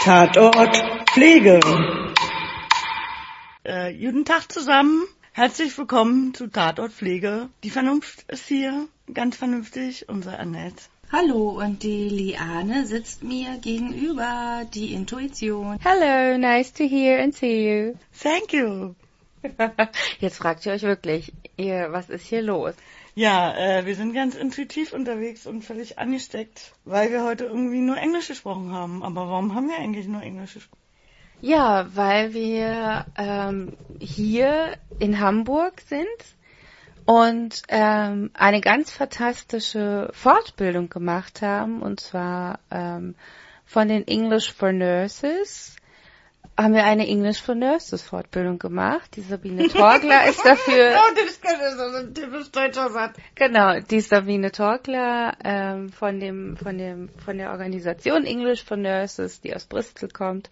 Tatort Pflege. Guten Tag zusammen. Herzlich willkommen zu Tatort Pflege. Die Vernunft ist hier, ganz vernünftig, unsere Annette. Hallo, und die Liane sitzt mir gegenüber, die Intuition. Hello, nice to hear and see you. Thank you. Jetzt fragt ihr euch wirklich, was ist hier los? Ja, wir sind ganz intuitiv unterwegs und völlig angesteckt, weil wir heute irgendwie nur Englisch gesprochen haben. Aber warum haben wir eigentlich nur Englisch gesprochen? Ja, weil wir hier in Hamburg sind und eine ganz fantastische Fortbildung gemacht haben, und zwar von den English for Nurses. Haben wir eine English for Nurses Fortbildung gemacht. Die Sabine Torgler ist dafür... Oh, das ist so ein typisch deutscher Satz. Genau, die Sabine Torgler von der Organisation English for Nurses, die aus Bristol kommt,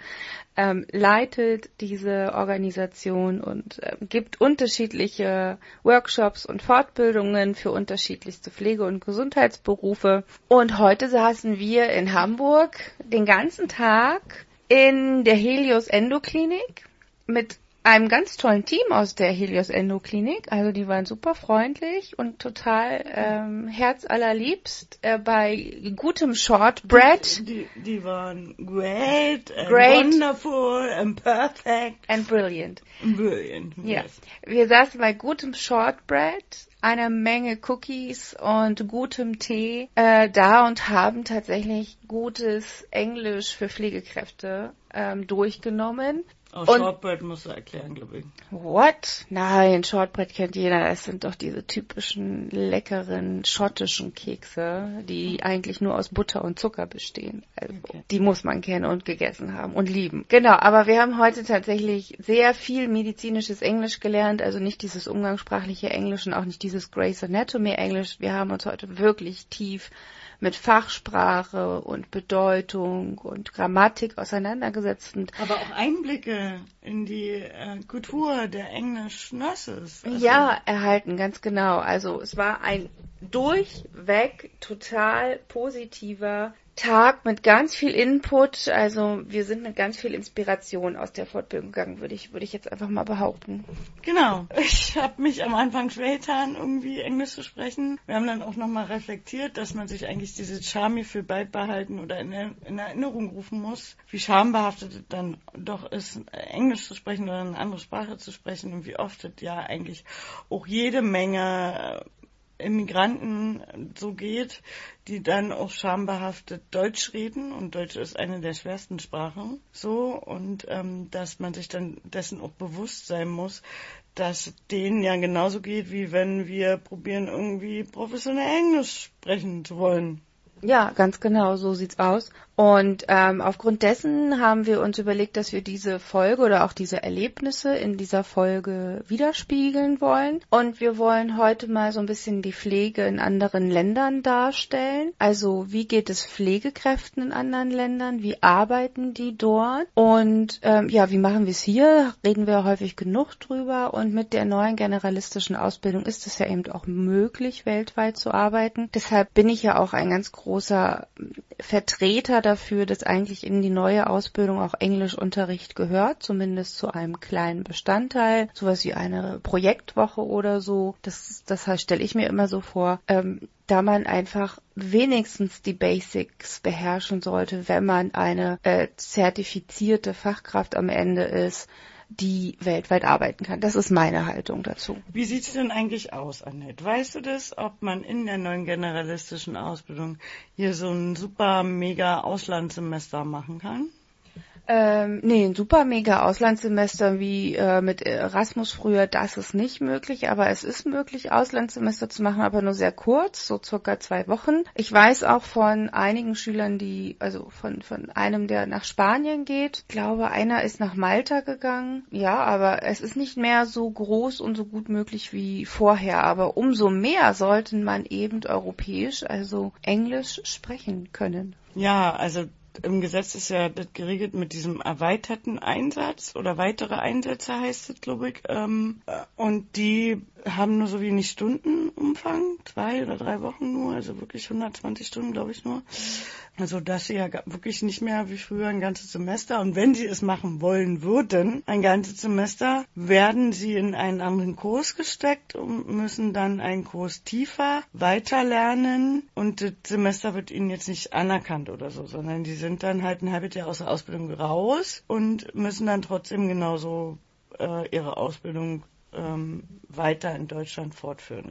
leitet diese Organisation und gibt unterschiedliche Workshops und Fortbildungen für unterschiedlichste Pflege- und Gesundheitsberufe. Und heute saßen wir in Hamburg den ganzen Tag in der Helios Endoklinik mit einem ganz tollen Team aus der Helios Endoklinik. Also die waren super freundlich und total herzallerliebst bei gutem Shortbread. Die waren great, wonderful and perfect. And brilliant. Brilliant, Ja. yes. Wir saßen bei gutem Shortbread, einer Menge Cookies und gutem Tee da und haben tatsächlich gutes Englisch für Pflegekräfte durchgenommen. Oh, Shortbread musst du erklären, glaube ich. What? Nein, Shortbread kennt jeder. Das sind doch diese typischen leckeren schottischen Kekse, die eigentlich nur aus Butter und Zucker bestehen. Also, okay. Die muss man kennen und gegessen haben und lieben. Genau, aber wir haben heute tatsächlich sehr viel medizinisches Englisch gelernt, also nicht dieses umgangssprachliche Englisch und auch nicht dieses Grey's Anatomy Englisch. Wir haben uns heute wirklich tief mit Fachsprache und Bedeutung und Grammatik auseinandergesetzt. Aber auch Einblicke in die Kultur der English Nurses. Also ja, erhalten, ganz genau. Also es war ein durchweg total positiver Tag mit ganz viel Input. Also wir sind mit ganz viel Inspiration aus der Fortbildung gegangen, würde ich jetzt einfach mal behaupten. Genau. Ich habe mich am Anfang schwer getan, irgendwie Englisch zu sprechen. Wir haben dann auch nochmal reflektiert, dass man sich eigentlich diese Charmegefühl beibehalten oder in Erinnerung rufen muss, wie schambehaftet es dann doch ist, Englisch zu sprechen oder eine andere Sprache zu sprechen und wie oft es ja eigentlich auch jede Menge Immigranten so geht, die dann auch schambehaftet Deutsch reden, und Deutsch ist eine der schwersten Sprachen, so, und dass man sich dann dessen auch bewusst sein muss, dass denen ja genauso geht, wie wenn wir probieren, irgendwie professionell Englisch sprechen zu wollen. Ja, ganz genau, so sieht's aus. Und aufgrund dessen haben wir uns überlegt, dass wir diese Folge oder auch diese Erlebnisse in dieser Folge widerspiegeln wollen. Und wir wollen heute mal so ein bisschen die Pflege in anderen Ländern darstellen. Also wie geht es Pflegekräften in anderen Ländern? Wie arbeiten die dort? Und wie machen wir es hier? Reden wir häufig genug drüber. Und mit der neuen generalistischen Ausbildung ist es ja eben auch möglich, weltweit zu arbeiten. Deshalb bin ich ja auch ein ganz großer Vertreter dafür, dass eigentlich in die neue Ausbildung auch Englischunterricht gehört, zumindest zu einem kleinen Bestandteil, sowas wie eine Projektwoche oder so. Das stelle ich mir immer so vor, da man einfach wenigstens die Basics beherrschen sollte, wenn man eine zertifizierte Fachkraft am Ende ist, die weltweit arbeiten kann. Das ist meine Haltung dazu. Wie sieht's denn eigentlich aus, Annette? Weißt du das, ob man in der neuen generalistischen Ausbildung hier so ein super mega Auslandssemester machen kann? Nee, ein super mega Auslandssemester wie mit Erasmus früher, das ist nicht möglich, aber es ist möglich, Auslandssemester zu machen, aber nur sehr kurz, so circa 2 Wochen. Ich weiß auch von einigen Schülern, also von einem, der nach Spanien geht. Ich glaube, einer ist nach Malta gegangen. Ja, aber es ist nicht mehr so groß und so gut möglich wie vorher. Aber umso mehr sollten man eben europäisch, also Englisch sprechen können. Ja, also im Gesetz ist ja das geregelt mit diesem erweiterten Einsatz oder weitere Einsätze heißt es, glaube ich. Und die haben nur so wenig Stundenumfang, 2 oder 3 Wochen nur, also wirklich 120 Stunden, glaube ich nur. Also dass sie ja wirklich nicht mehr wie früher ein ganzes Semester, und wenn sie es machen wollen würden, ein ganzes Semester, werden sie in einen anderen Kurs gesteckt und müssen dann einen Kurs tiefer weiterlernen, und das Semester wird ihnen jetzt nicht anerkannt oder so, sondern die sind dann halt ein halbes Jahr aus der Ausbildung raus und müssen dann trotzdem genauso ihre Ausbildung weiter in Deutschland fortführen.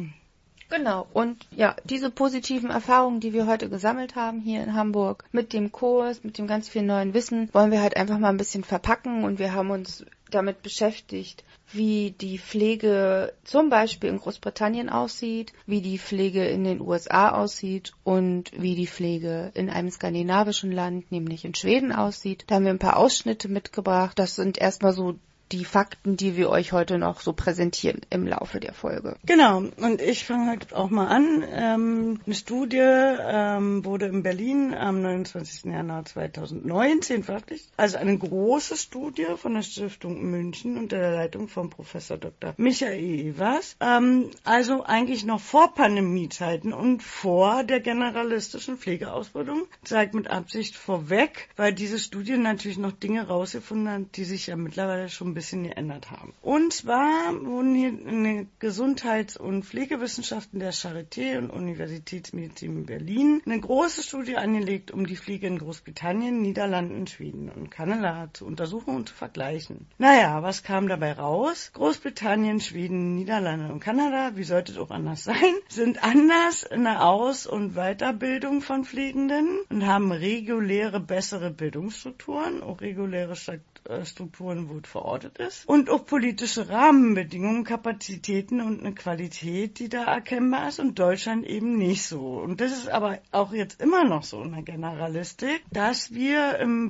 Genau, und ja, diese positiven Erfahrungen, die wir heute gesammelt haben hier in Hamburg, mit dem Kurs, mit dem ganz viel neuen Wissen, wollen wir halt einfach mal ein bisschen verpacken, und wir haben uns damit beschäftigt, wie die Pflege zum Beispiel in Großbritannien aussieht, wie die Pflege in den USA aussieht und wie die Pflege in einem skandinavischen Land, nämlich in Schweden, aussieht. Da haben wir ein paar Ausschnitte mitgebracht. Das sind erstmal so die Fakten, die wir euch heute noch so präsentieren im Laufe der Folge. Genau, und ich fange heute auch mal an. Eine Studie wurde in Berlin am 29. Januar 2019 veröffentlicht. Also eine große Studie von der Stiftung München unter der Leitung von Professor Dr. Michael Evers. Also eigentlich noch vor Pandemiezeiten und vor der generalistischen Pflegeausbildung. Zeigt mit Absicht vorweg, weil diese Studie natürlich noch Dinge rausgefunden hat, die sich ja mittlerweile schon bisschen geändert haben. Und zwar wurden hier in den Gesundheits- und Pflegewissenschaften der Charité und Universitätsmedizin in Berlin eine große Studie angelegt, um die Pflege in Großbritannien, Niederlanden, Schweden und Kanada zu untersuchen und zu vergleichen. Naja, was kam dabei raus? Großbritannien, Schweden, Niederlande und Kanada, wie sollte es auch anders sein, sind anders in der Aus- und Weiterbildung von Pflegenden und haben reguläre, bessere Bildungsstrukturen, auch reguläre Strukturen, wo es verortet ist, und auch politische Rahmenbedingungen, Kapazitäten und eine Qualität, die da erkennbar ist, und Deutschland eben nicht so. Und das ist aber auch jetzt immer noch so in der Generalistik, dass wir im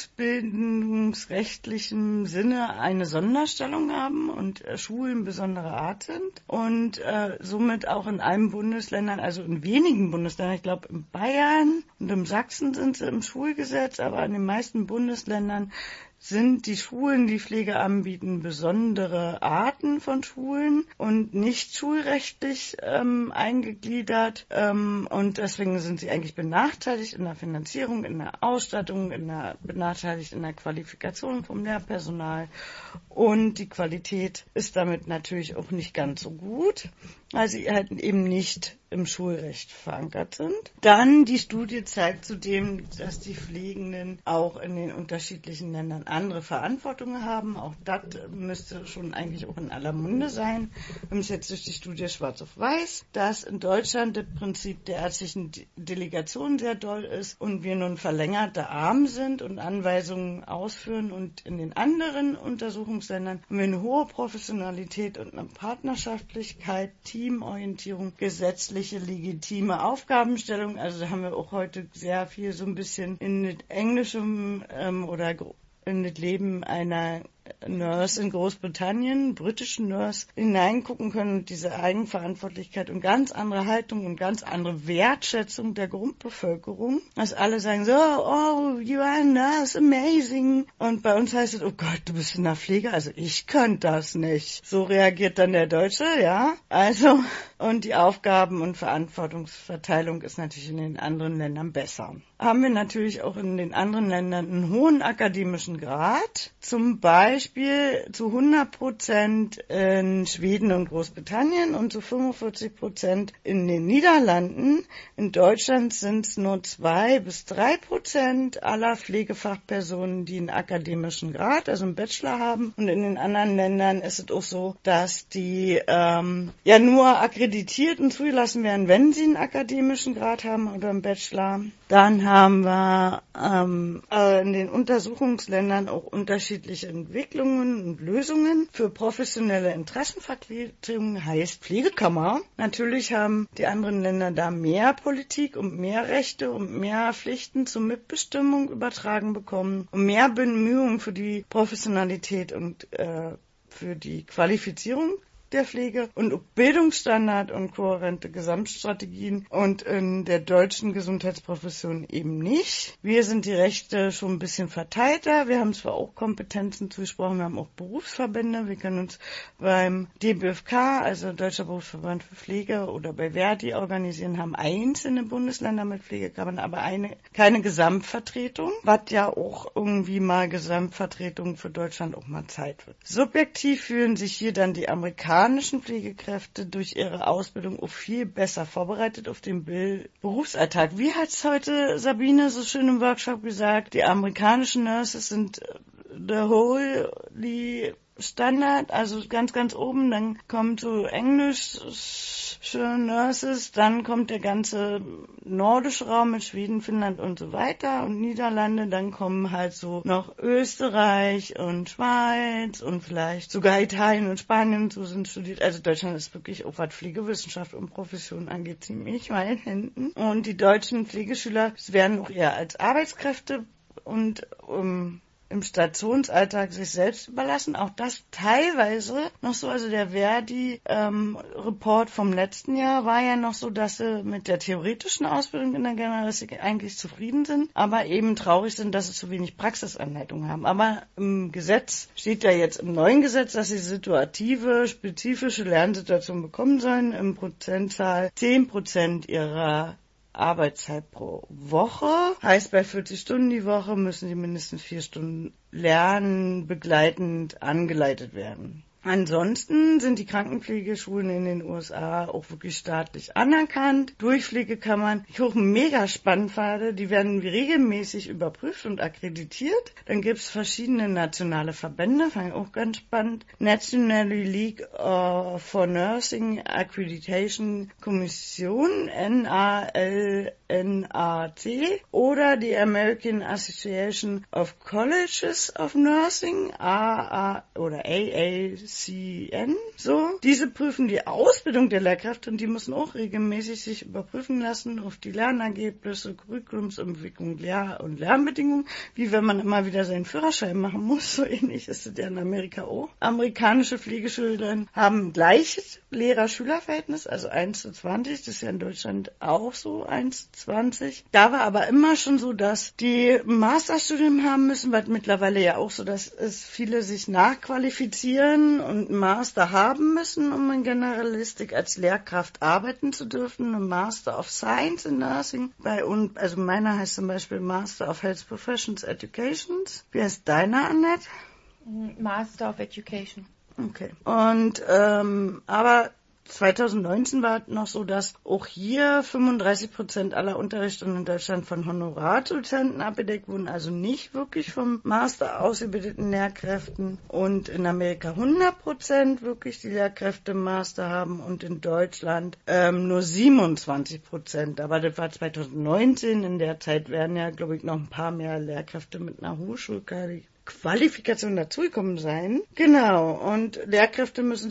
berufsbildungsrechtlichen Sinne eine Sonderstellung haben und Schulen besonderer Art sind und somit auch in allen Bundesländern, also in wenigen Bundesländern, ich glaube in Bayern und in Sachsen sind sie im Schulgesetz, aber in den meisten Bundesländern sind die Schulen, die Pflege anbieten, besondere Arten von Schulen und nicht schulrechtlich eingegliedert. Und deswegen sind sie eigentlich benachteiligt in der Finanzierung, in der Ausstattung, benachteiligt in der Qualifikation vom Lehrpersonal. Und die Qualität ist damit natürlich auch nicht ganz so gut, weil sie halt eben nicht im Schulrecht verankert sind. Dann die Studie zeigt zudem, dass die Pflegenden auch in den unterschiedlichen Ländern andere Verantwortungen haben. Auch das müsste schon eigentlich auch in aller Munde sein. Wir haben es jetzt durch die Studie schwarz auf weiß, dass in Deutschland das Prinzip der ärztlichen Delegation sehr doll ist und wir nun verlängerte Arme sind und Anweisungen ausführen, und in den anderen Untersuchungsländern haben wir eine hohe Professionalität und eine Partnerschaftlichkeit, Teamorientierung, gesetzliche legitime Aufgabenstellung. Also da haben wir auch heute sehr viel so ein bisschen in das Englische oder in das Leben einer Nurse in Großbritannien, britischen Nurse, hineingucken können, und diese Eigenverantwortlichkeit und ganz andere Haltung und ganz andere Wertschätzung der Grundbevölkerung, dass alle sagen so, oh, you are a nurse, amazing. Und bei uns heißt es, oh Gott, du bist in der Pflege, also ich könnte das nicht. So reagiert dann der Deutsche, ja. Also, und die Aufgaben- und Verantwortungsverteilung ist natürlich in den anderen Ländern besser. Haben wir natürlich auch in den anderen Ländern einen hohen akademischen Grad, zum Beispiel zu 100% in Schweden und Großbritannien und zu 45% in den Niederlanden. In Deutschland sind es nur 2-3% aller Pflegefachpersonen, die einen akademischen Grad, also einen Bachelor haben. Und in den anderen Ländern ist es auch so, dass die nur akkreditiert und zugelassen werden, wenn sie einen akademischen Grad haben oder einen Bachelor. Dann haben wir in den Untersuchungsländern auch unterschiedliche Entwicklungen und Lösungen für professionelle Interessenvertretungen, heißt Pflegekammer. Natürlich haben die anderen Länder da mehr Politik und mehr Rechte und mehr Pflichten zur Mitbestimmung übertragen bekommen und mehr Bemühungen für die Professionalität und für die Qualifizierung der Pflege und Bildungsstandard und kohärente Gesamtstrategien und in der deutschen Gesundheitsprofession eben nicht. Wir sind die Rechte schon ein bisschen verteilter. Wir haben zwar auch Kompetenzen zugesprochen, wir haben auch Berufsverbände. Wir können uns beim DBFK, also Deutscher Berufsverband für Pflege, oder bei Verdi organisieren, haben einzelne Bundesländer mit Pflegekammern, aber keine Gesamtvertretung, was ja auch irgendwie mal Gesamtvertretung für Deutschland auch mal Zeit wird. Subjektiv fühlen sich hier dann die amerikanischen Pflegekräfte durch ihre Ausbildung auch viel besser vorbereitet auf den Berufsalltag. Wie hat es heute Sabine so schön im Workshop gesagt, die amerikanischen Nurses sind the holy Standard, also ganz, ganz oben, dann kommt so englische Nurses, dann kommt der ganze nordische Raum mit Schweden, Finnland und so weiter und Niederlande, dann kommen halt so noch Österreich und Schweiz und vielleicht sogar Italien und Spanien und so sind studiert. Also Deutschland ist wirklich, auch was Pflegewissenschaft und Profession angeht, ziemlich weit hinten. Und die deutschen Pflegeschüler werden auch eher als Arbeitskräfte und im Stationsalltag sich selbst überlassen. Auch das teilweise noch so, also der Verdi-Report vom letzten Jahr war ja noch so, dass sie mit der theoretischen Ausbildung in der Generalistik eigentlich zufrieden sind, aber eben traurig sind, dass sie zu wenig Praxisanleitungen haben. Aber im Gesetz steht ja jetzt im neuen Gesetz, dass sie situative, spezifische Lernsituationen bekommen sollen, im Prozentzahl 10% ihrer Arbeitszeit pro Woche. Heißt, bei 40 Stunden die Woche müssen sie mindestens 4 Stunden lernen, begleitend angeleitet werden. Ansonsten sind die Krankenpflegeschulen in den USA auch wirklich staatlich anerkannt durch Pflegekammern. Ich auch mega spannend fand, die werden regelmäßig überprüft und akkreditiert. Dann gibt es verschiedene nationale Verbände, fand ich auch ganz spannend. National League for Nursing Accreditation Commission, NALNAC, oder die American Association of Colleges of Nursing, AA oder AACN. So, diese prüfen die Ausbildung der Lehrkräfte und die müssen auch regelmäßig sich überprüfen lassen auf die Lernergebnisse, Curriculumsentwicklung, und Lernbedingungen, wie wenn man immer wieder seinen Führerschein machen muss. So ähnlich ist es ja in Amerika auch. Amerikanische Pflegeschüler haben gleiches Lehrer-Schüler-Verhältnis, also 1:20. Das ist ja in Deutschland auch so, 1:20. Da war aber immer schon so, dass die Masterstudium haben müssen, weil mittlerweile ja auch so, dass es viele sich nachqualifizieren und einen Master haben müssen, um in Generalistik als Lehrkraft arbeiten zu dürfen. Ein Master of Science in Nursing. Also meiner heißt zum Beispiel Master of Health Professions Educations. Wie heißt deiner, Annette? Master of Education. Okay. Und aber 2019 war noch so, dass auch hier 35% aller Unterrichtsstunden in Deutschland von Honorardozenten abgedeckt wurden, also nicht wirklich vom Master ausgebildeten Lehrkräften, und in Amerika 100% wirklich die Lehrkräfte Master haben und in Deutschland nur 27%. Aber das war 2019, in der Zeit werden ja, glaube ich, noch ein paar mehr Lehrkräfte mit einer Hochschulqualifikation dazugekommen sein. Genau. Und Lehrkräfte müssen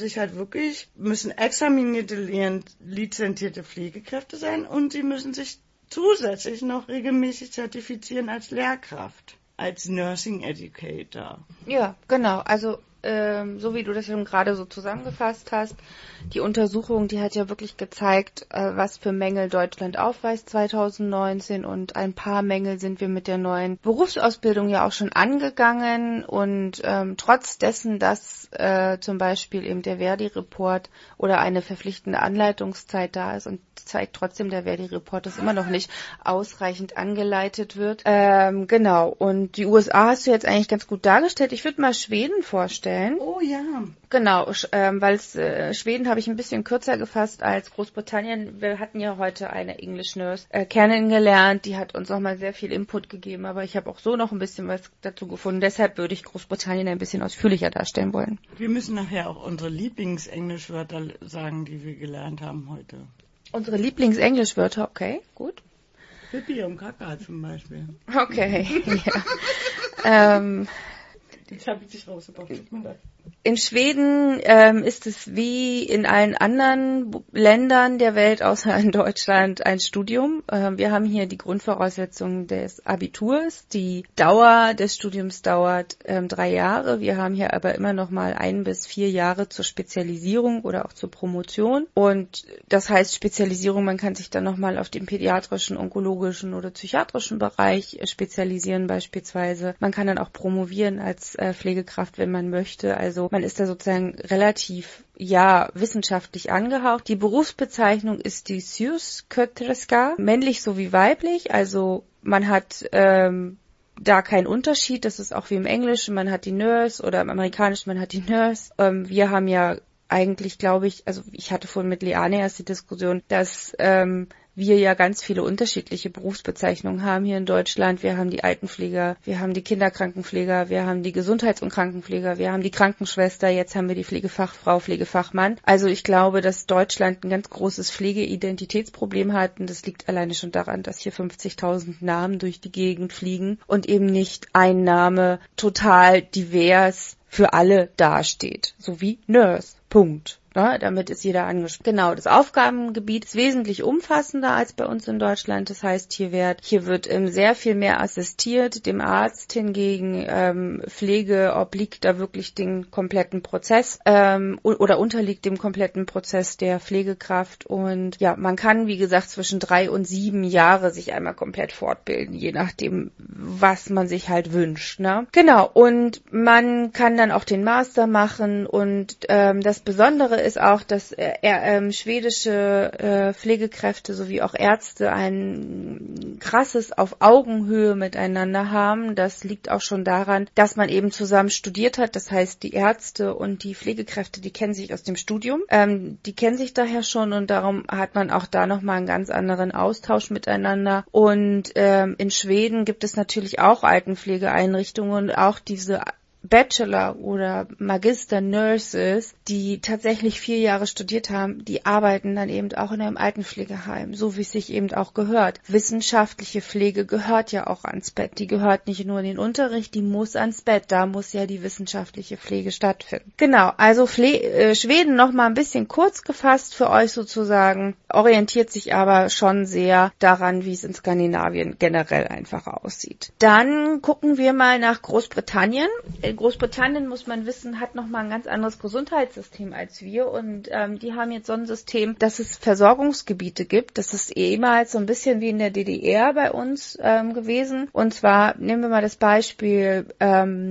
examinierte, lizenzierte Pflegekräfte sein und sie müssen sich zusätzlich noch regelmäßig zertifizieren als Lehrkraft, als Nursing Educator. Ja, genau. Also so wie du das schon gerade so zusammengefasst hast, die Untersuchung, die hat ja wirklich gezeigt, was für Mängel Deutschland aufweist 2019, und ein paar Mängel sind wir mit der neuen Berufsausbildung ja auch schon angegangen, und trotz dessen, dass zum Beispiel eben der Verdi-Report oder eine verpflichtende Anleitungszeit da ist, und zeigt trotzdem der Verdi-Report, dass immer noch nicht ausreichend angeleitet wird. Genau, und die USA hast du jetzt eigentlich ganz gut dargestellt. Ich würde mal Schweden vorstellen. Oh ja. Genau, weil Schweden habe ich ein bisschen kürzer gefasst als Großbritannien. Wir hatten ja heute eine English Nurse kennengelernt, die hat uns nochmal sehr viel Input gegeben, aber ich habe auch so noch ein bisschen was dazu gefunden. Deshalb würde ich Großbritannien ein bisschen ausführlicher darstellen wollen. Wir müssen nachher auch unsere Lieblingsenglischwörter sagen, die wir gelernt haben heute. Unsere Lieblingsenglischwörter, okay, gut. Pipi und Kaka zum Beispiel. Okay, ja. Jetzt habe ich dich rausgebracht, tut mir leid. In Schweden ist es wie in allen anderen Ländern der Welt, außer in Deutschland, ein Studium. Wir haben hier die Grundvoraussetzungen des Abiturs. Die Dauer des Studiums dauert 3 Jahre. Wir haben hier aber immer noch mal 1 bis 4 Jahre zur Spezialisierung oder auch zur Promotion. Und das heißt Spezialisierung, man kann sich dann noch mal auf den pädiatrischen, onkologischen oder psychiatrischen Bereich spezialisieren beispielsweise. Man kann dann auch promovieren als Pflegekraft, wenn man möchte. Also man ist da sozusagen relativ, wissenschaftlich angehaucht. Die Berufsbezeichnung ist die sjuksköterska, männlich sowie weiblich. Also man hat da keinen Unterschied. Das ist auch wie im Englischen. Man hat die Nurse oder im Amerikanischen man hat die Nurse. Wir haben ja eigentlich, glaube ich, also ich hatte vorhin mit Liane erst die Diskussion, dass wir ja ganz viele unterschiedliche Berufsbezeichnungen haben hier in Deutschland. Wir haben die Altenpfleger, wir haben die Kinderkrankenpfleger, wir haben die Gesundheits- und Krankenpfleger, wir haben die Krankenschwester, jetzt haben wir die Pflegefachfrau, Pflegefachmann. Also ich glaube, dass Deutschland ein ganz großes Pflegeidentitätsproblem hat und das liegt alleine schon daran, dass hier 50.000 Namen durch die Gegend fliegen und eben nicht ein Name total divers für alle dasteht. So wie Nurse. Punkt. Ja, damit ist jeder angesprochen. Genau, das Aufgabengebiet ist wesentlich umfassender als bei uns in Deutschland. Das heißt, hier wird sehr viel mehr assistiert. Dem Arzt hingegen Pflege obliegt da wirklich den kompletten Prozess oder unterliegt dem kompletten Prozess der Pflegekraft. Und ja, man kann, wie gesagt, zwischen 3 und 7 Jahre sich einmal komplett fortbilden, je nachdem, was man sich halt wünscht. Ne? Genau, und man kann dann auch den Master machen und das Besondere ist auch, dass schwedische Pflegekräfte sowie auch Ärzte ein krasses auf Augenhöhe miteinander haben. Das liegt auch schon daran, dass man eben zusammen studiert hat. Das heißt, die Ärzte und die Pflegekräfte, die kennen sich aus dem Studium. Die kennen sich daher schon und darum hat man auch da nochmal einen ganz anderen Austausch miteinander. Und in Schweden gibt es natürlich auch Altenpflegeeinrichtungen und auch diese Bachelor- oder Magister-Nurses, die tatsächlich 4 Jahre studiert haben, die arbeiten dann eben auch in einem Altenpflegeheim, so wie es sich eben auch gehört. Wissenschaftliche Pflege gehört ja auch ans Bett. Die gehört nicht nur in den Unterricht, die muss ans Bett. Da muss ja die wissenschaftliche Pflege stattfinden. Genau, also Schweden noch mal ein bisschen kurz gefasst für euch sozusagen, orientiert sich aber schon sehr daran, wie es in Skandinavien generell einfach aussieht. Dann gucken wir mal nach Großbritannien. Großbritannien, muss man wissen, hat nochmal ein ganz anderes Gesundheitssystem als wir und die haben jetzt so ein System, dass es Versorgungsgebiete gibt. Das ist ehemals so ein bisschen wie in der DDR bei uns gewesen. Und zwar nehmen wir mal das Beispiel, so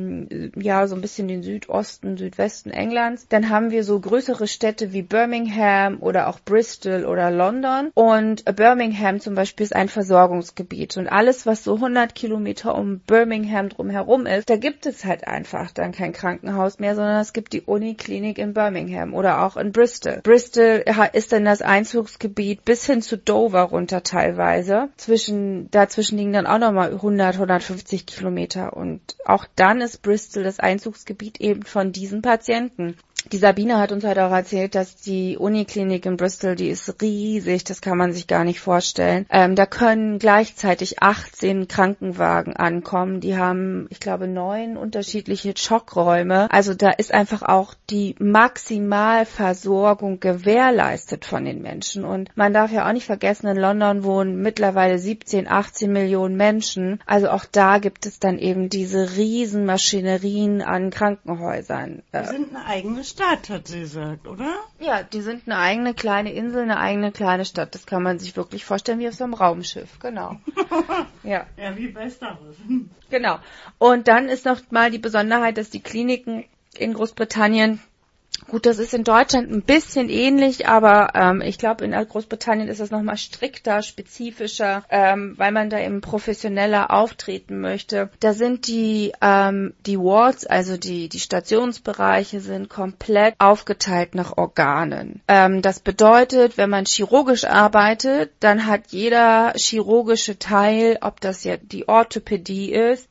ein bisschen den Südosten, Südwesten Englands. Dann haben wir so größere Städte wie Birmingham oder auch Bristol oder London. Und Birmingham zum Beispiel ist ein Versorgungsgebiet. Und alles, was so 100 Kilometer um Birmingham drumherum ist, da gibt es halt einfach dann kein Krankenhaus mehr, sondern es gibt die Uniklinik in Birmingham oder auch in Bristol. Bristol ist dann das Einzugsgebiet bis hin zu Dover runter teilweise. Dazwischen liegen dann auch nochmal 150 Kilometer und auch dann ist Bristol das Einzugsgebiet eben von diesen Patienten. Die Sabine hat uns heute auch erzählt, dass die Uniklinik in Bristol, die ist riesig, das kann man sich gar nicht vorstellen. Da können gleichzeitig 18 Krankenwagen ankommen. Die haben, ich glaube, 9 unterschiedliche Schockräume. Also da ist einfach auch die Maximalversorgung gewährleistet von den Menschen. Und man darf ja auch nicht vergessen, in London wohnen mittlerweile 17, 18 Millionen Menschen. Also auch da gibt es dann eben diese riesen Maschinerien an Krankenhäusern. Wir sind eine eigene Stadt, hat sie gesagt, oder? Ja, die sind eine eigene kleine Insel, eine eigene kleine Stadt. Das kann man sich wirklich vorstellen wie auf so einem Raumschiff, genau. Ja, wie bei Star Wars. Genau. Und dann ist noch mal die Besonderheit, dass die Kliniken in Großbritannien, gut, das ist in Deutschland ein bisschen ähnlich, aber ich glaube, in Großbritannien ist das nochmal strikter, spezifischer, weil man da eben professioneller auftreten möchte. Da sind die Wards, also die Stationsbereiche, sind komplett aufgeteilt nach Organen. Das bedeutet, wenn man chirurgisch arbeitet, dann hat jeder chirurgische Teil, ob das ja die Orthopädie ist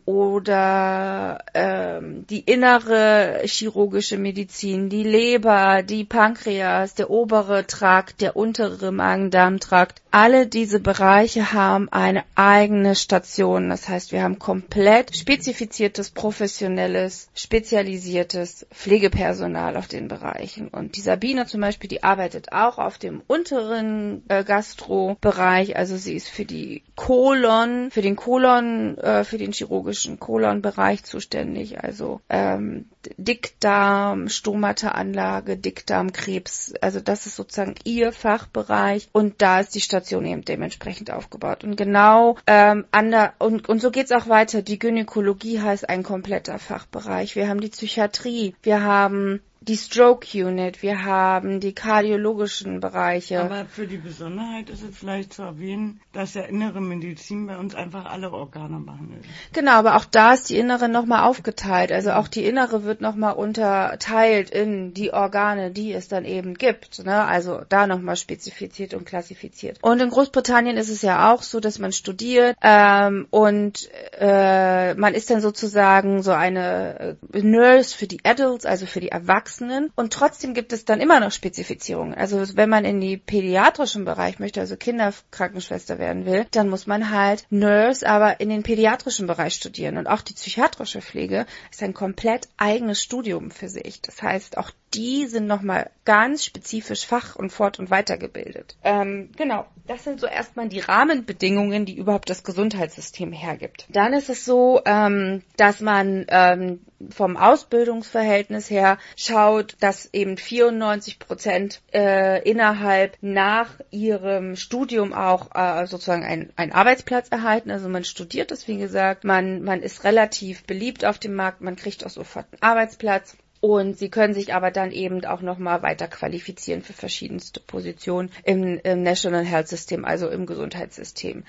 oder die innere chirurgische Medizin, die Leber, die Pankreas, der obere Trakt, der untere Magen-Darm-Trakt, Alle diese Bereiche haben eine eigene Station. Das heißt, wir haben komplett spezifiziertes, professionelles, spezialisiertes Pflegepersonal auf den Bereichen. Und die Sabine zum Beispiel, die arbeitet auch auf dem unteren Gastrobereich. Also sie ist für den chirurgischen Kolonbereich zuständig. Also Dickdarm, Stomata-Anlage, Dickdarmkrebs. Also das ist sozusagen ihr Fachbereich. Und da ist die Station eben dementsprechend aufgebaut. Und genau und so geht's auch weiter. Die Gynäkologie heißt ein kompletter Fachbereich. Wir haben die Psychiatrie, wir haben die Stroke Unit, wir haben die kardiologischen Bereiche. Aber für die Besonderheit ist es vielleicht zu erwähnen, dass der innere Medizin bei uns einfach alle Organe behandelt. Genau, aber auch da ist die innere nochmal aufgeteilt. Also auch die innere wird nochmal unterteilt in die Organe, die es dann eben gibt. Ne? Also da nochmal spezifiziert und klassifiziert. Und in Großbritannien ist es ja auch so, dass man studiert und man ist dann sozusagen so eine Nurse für die Adults, also für die Erwachsenen. Und trotzdem gibt es dann immer noch Spezifizierungen. Also wenn man in die pädiatrischen Bereich möchte, also Kinderkrankenschwester werden will, dann muss man halt Nurse, aber in den pädiatrischen Bereich studieren. Und auch die psychiatrische Pflege ist ein komplett eigenes Studium für sich. Das heißt, auch die sind nochmal ganz spezifisch fach- und fort- und weitergebildet. Genau, das sind so erstmal die Rahmenbedingungen, die überhaupt das Gesundheitssystem hergibt. Dann ist es so, dass man vom Ausbildungsverhältnis her schaut, dass eben 94% innerhalb nach ihrem Studium auch sozusagen einen Arbeitsplatz erhalten. Also man studiert das, wie gesagt, man ist relativ beliebt auf dem Markt, man kriegt auch sofort einen Arbeitsplatz. Und sie können sich aber dann eben auch nochmal weiter qualifizieren für verschiedenste Positionen im National Health System, also im Gesundheitssystem.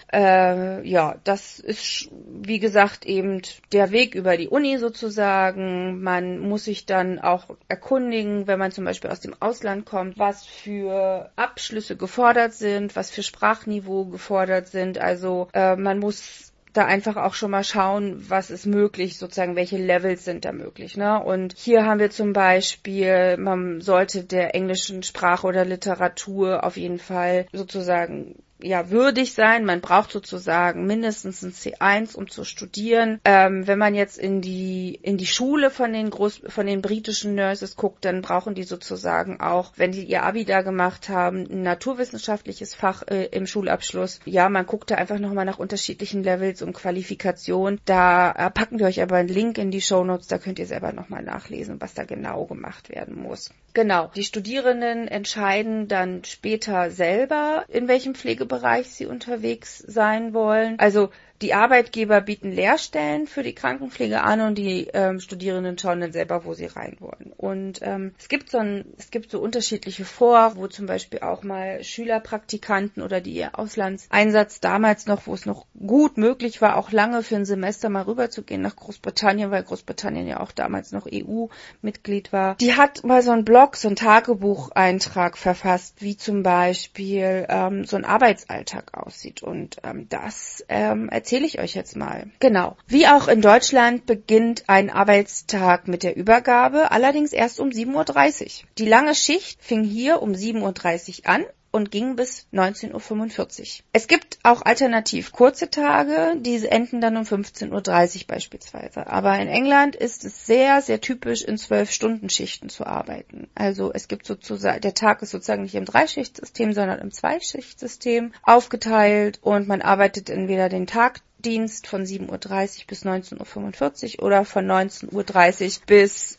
Das ist, wie gesagt, eben der Weg über die Uni sozusagen. Man muss sich dann auch erkundigen, wenn man zum Beispiel aus dem Ausland kommt, was für Abschlüsse gefordert sind, was für Sprachniveau gefordert sind. Also man muss da einfach auch schon mal schauen, was ist möglich, sozusagen, welche Levels sind da möglich, ne? Und hier haben wir zum Beispiel, man sollte der englischen Sprache oder Literatur auf jeden Fall sozusagen würdig sein. Man braucht sozusagen mindestens ein C1, um zu studieren. Wenn man jetzt in die Schule von den britischen Nurses guckt, dann brauchen die sozusagen auch, wenn die ihr Abi da gemacht haben, ein naturwissenschaftliches Fach im Schulabschluss. Ja, man guckt da einfach nochmal nach unterschiedlichen Levels und Qualifikationen. Da packen wir euch aber einen Link in die Shownotes, da könnt ihr selber nochmal nachlesen, was da genau gemacht werden muss. Genau, die Studierenden entscheiden dann später selber, in welchem Pflegebereich sie unterwegs sein wollen. Also die Arbeitgeber bieten Lehrstellen für die Krankenpflege an und die Studierenden schauen dann selber, wo sie rein wollen. Und es gibt so unterschiedliche wo zum Beispiel auch mal Schülerpraktikanten oder die ihr Auslandseinsatz damals noch, wo es noch gut möglich war, auch lange für ein Semester mal rüberzugehen nach Großbritannien, weil Großbritannien ja auch damals noch EU-Mitglied war. Die hat mal so einen Blog, so einen Tagebucheintrag verfasst, wie zum Beispiel so ein Arbeitsalltag aussieht. Und das erzähle ich euch jetzt mal. Genau. Wie auch in Deutschland beginnt ein Arbeitstag mit der Übergabe, allerdings erst um 7:30 Uhr. Die lange Schicht fing hier um 7:30 Uhr an und ging bis 19:45 Uhr. Es gibt auch alternativ kurze Tage, die enden dann um 15:30 Uhr beispielsweise. Aber in England ist es sehr, sehr typisch, in 12-Stunden-Schichten zu arbeiten. Also es gibt sozusagen, der Tag ist sozusagen nicht im Dreischichtsystem, sondern im Zweischichtsystem aufgeteilt und man arbeitet entweder den Tagdienst von 7:30 Uhr bis 19:45 Uhr oder von 19:30 Uhr bis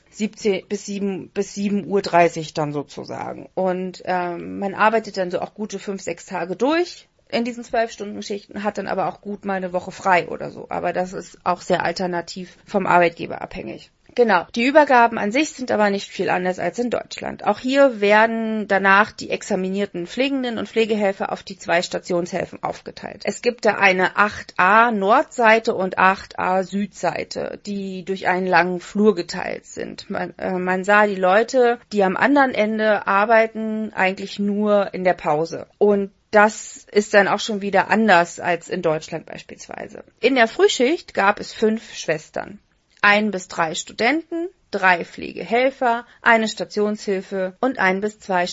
7:30 Uhr dann sozusagen. Und man arbeitet dann so auch gute 5-6 Tage durch in diesen 12-Stunden-Schichten, hat dann aber auch gut mal eine Woche frei oder so. Aber das ist auch sehr alternativ vom Arbeitgeber abhängig. Genau. Die Übergaben an sich sind aber nicht viel anders als in Deutschland. Auch hier werden danach die examinierten Pflegenden und Pflegehelfer auf die 2 Stationshälften aufgeteilt. Es gibt da eine 8a Nordseite und 8a Südseite, die durch einen langen Flur geteilt sind. Man sah die Leute, die am anderen Ende arbeiten, eigentlich nur in der Pause. Und das ist dann auch schon wieder anders als in Deutschland beispielsweise. In der Frühschicht gab es 5 Schwestern. 1 bis 3 Studenten, 3 Pflegehelfer, eine Stationshilfe und 1 bis 2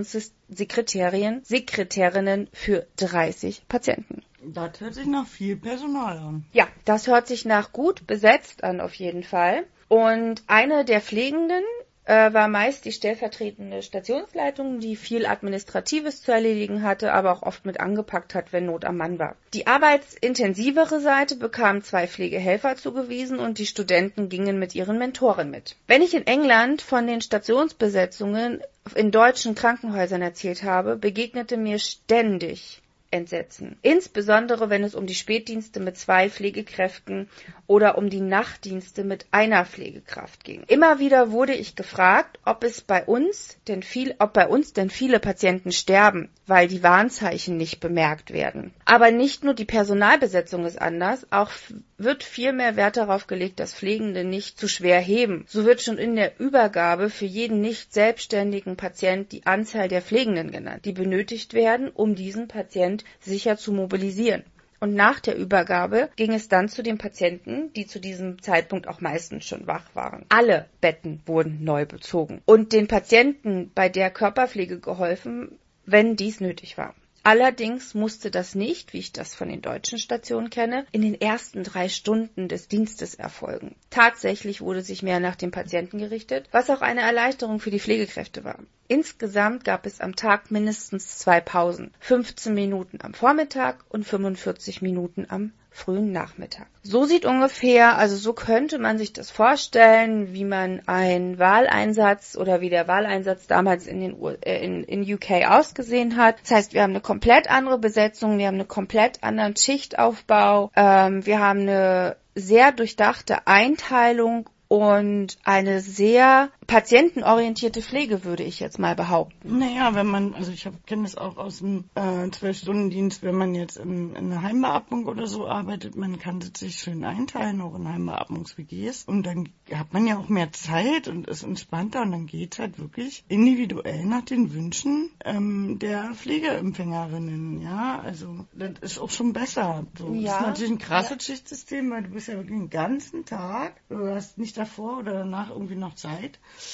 Sekretärinnen für 30 Patienten. Das hört sich nach viel Personal an. Ja, das hört sich nach gut besetzt an auf jeden Fall. Und eine der Pflegenden war meist die stellvertretende Stationsleitung, die viel Administratives zu erledigen hatte, aber auch oft mit angepackt hat, wenn Not am Mann war. Die arbeitsintensivere Seite bekam 2 Pflegehelfer zugewiesen und die Studenten gingen mit ihren Mentoren mit. Wenn ich in England von den Stationsbesetzungen in deutschen Krankenhäusern erzählt habe, begegnete mir ständig Entsetzen. Insbesondere, wenn es um die Spätdienste mit 2 Pflegekräften oder um die Nachtdienste mit einer Pflegekraft ging. Immer wieder wurde ich gefragt, ob bei uns denn viele Patienten sterben, weil die Warnzeichen nicht bemerkt werden. Aber nicht nur die Personalbesetzung ist anders, auch wird viel mehr Wert darauf gelegt, dass Pflegende nicht zu schwer heben. So wird schon in der Übergabe für jeden nicht selbstständigen Patient die Anzahl der Pflegenden genannt, die benötigt werden, um diesen Patient sicher zu mobilisieren. Und nach der Übergabe ging es dann zu den Patienten, die zu diesem Zeitpunkt auch meistens schon wach waren. Alle Betten wurden neu bezogen und den Patienten bei der Körperpflege geholfen, wenn dies nötig war. Allerdings musste das nicht, wie ich das von den deutschen Stationen kenne, in den ersten 3 Stunden des Dienstes erfolgen. Tatsächlich wurde sich mehr nach dem Patienten gerichtet, was auch eine Erleichterung für die Pflegekräfte war. Insgesamt gab es am Tag mindestens 2 Pausen, 15 Minuten am Vormittag und 45 Minuten am frühen Nachmittag. So könnte man sich das vorstellen, wie man einen Wahleinsatz oder wie der Wahleinsatz damals in UK ausgesehen hat. Das heißt, wir haben eine komplett andere Besetzung, wir haben einen komplett anderen Schichtaufbau, wir haben eine sehr durchdachte Einteilung und eine sehr patientenorientierte Pflege, würde ich jetzt mal behaupten. Naja, ich kenne das auch aus dem 12-Stunden-Dienst, wenn man jetzt in einer Heimbeatmung oder so arbeitet, man kann sich schön einteilen, auch in Heimbeatmungs-WGs. Und dann hat man ja auch mehr Zeit und ist entspannter und dann geht's halt wirklich individuell nach den Wünschen der Pflegeempfängerinnen. Ja, also das ist auch schon besser. So. Ja. Das ist natürlich ein krasses Schichtsystem, weil du bist ja wirklich den ganzen Tag, du hast nicht davor oder danach irgendwie noch Zeit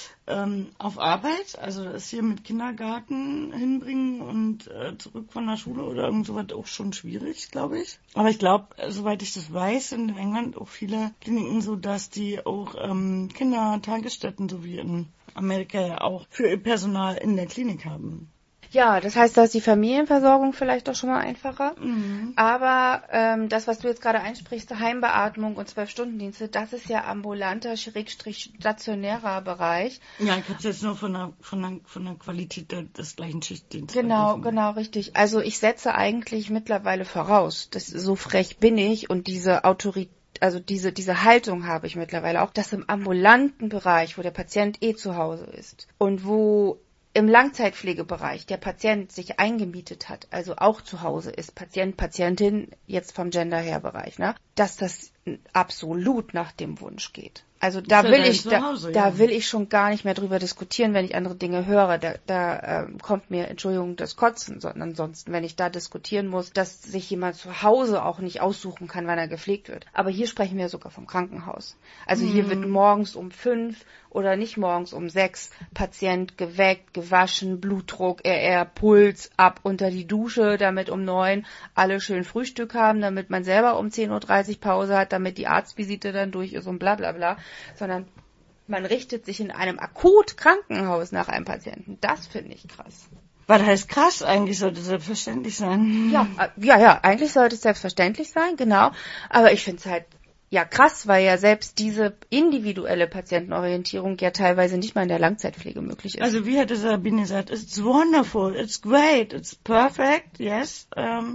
auf Arbeit, also das hier mit Kindergarten hinbringen und zurück von der Schule oder irgend sowas auch schon schwierig, glaube ich. Aber ich glaube, soweit ich das weiß, sind in England auch viele Kliniken so, dass die auch Kindertagesstätten, so wie in Amerika ja auch, für ihr Personal in der Klinik haben. Ja, das heißt, da ist die Familienversorgung vielleicht auch schon mal einfacher. Mhm. Aber das, was du jetzt gerade einsprichst, Heimbeatmung und 12-Stunden-Dienste, das ist ja ambulanter, stationärer Bereich. Ja, ich habe jetzt nur von der Qualität des gleichen Schichtdienstes. Genau, richtig. Also ich setze eigentlich mittlerweile voraus, so frech bin ich und diese Autorität, also diese Haltung habe ich mittlerweile auch, dass im ambulanten Bereich, wo der Patient zu Hause ist und wo im Langzeitpflegebereich der Patient sich eingemietet hat, also auch zu Hause ist, Patient, Patientin, jetzt vom Gender her Bereich, ne, dass das absolut nach dem Wunsch geht. Also da will ich schon gar nicht mehr drüber diskutieren, wenn ich andere Dinge höre. Da kommt mir, Entschuldigung, das Kotzen, sondern ansonsten, wenn ich da diskutieren muss, dass sich jemand zu Hause auch nicht aussuchen kann, wann er gepflegt wird. Aber hier sprechen wir sogar vom Krankenhaus. Also hier wird morgens um 5 oder nicht morgens um 6 Patient geweckt, gewaschen, Blutdruck, Puls ab unter die Dusche, damit um 9 alle schön Frühstück haben, damit man selber um 10.30 Uhr Pause hat, damit die Arztvisite dann durch ist und bla bla bla. Sondern man richtet sich in einem Akutkrankenhaus nach einem Patienten. Das finde ich krass. Was heißt krass? Eigentlich sollte es selbstverständlich sein. Ja, eigentlich sollte es selbstverständlich sein, genau. Aber ich finde es halt krass, weil ja selbst diese individuelle Patientenorientierung ja teilweise nicht mal in der Langzeitpflege möglich ist. Also wie hätte Sabine gesagt, it's wonderful, it's great, it's perfect, yes.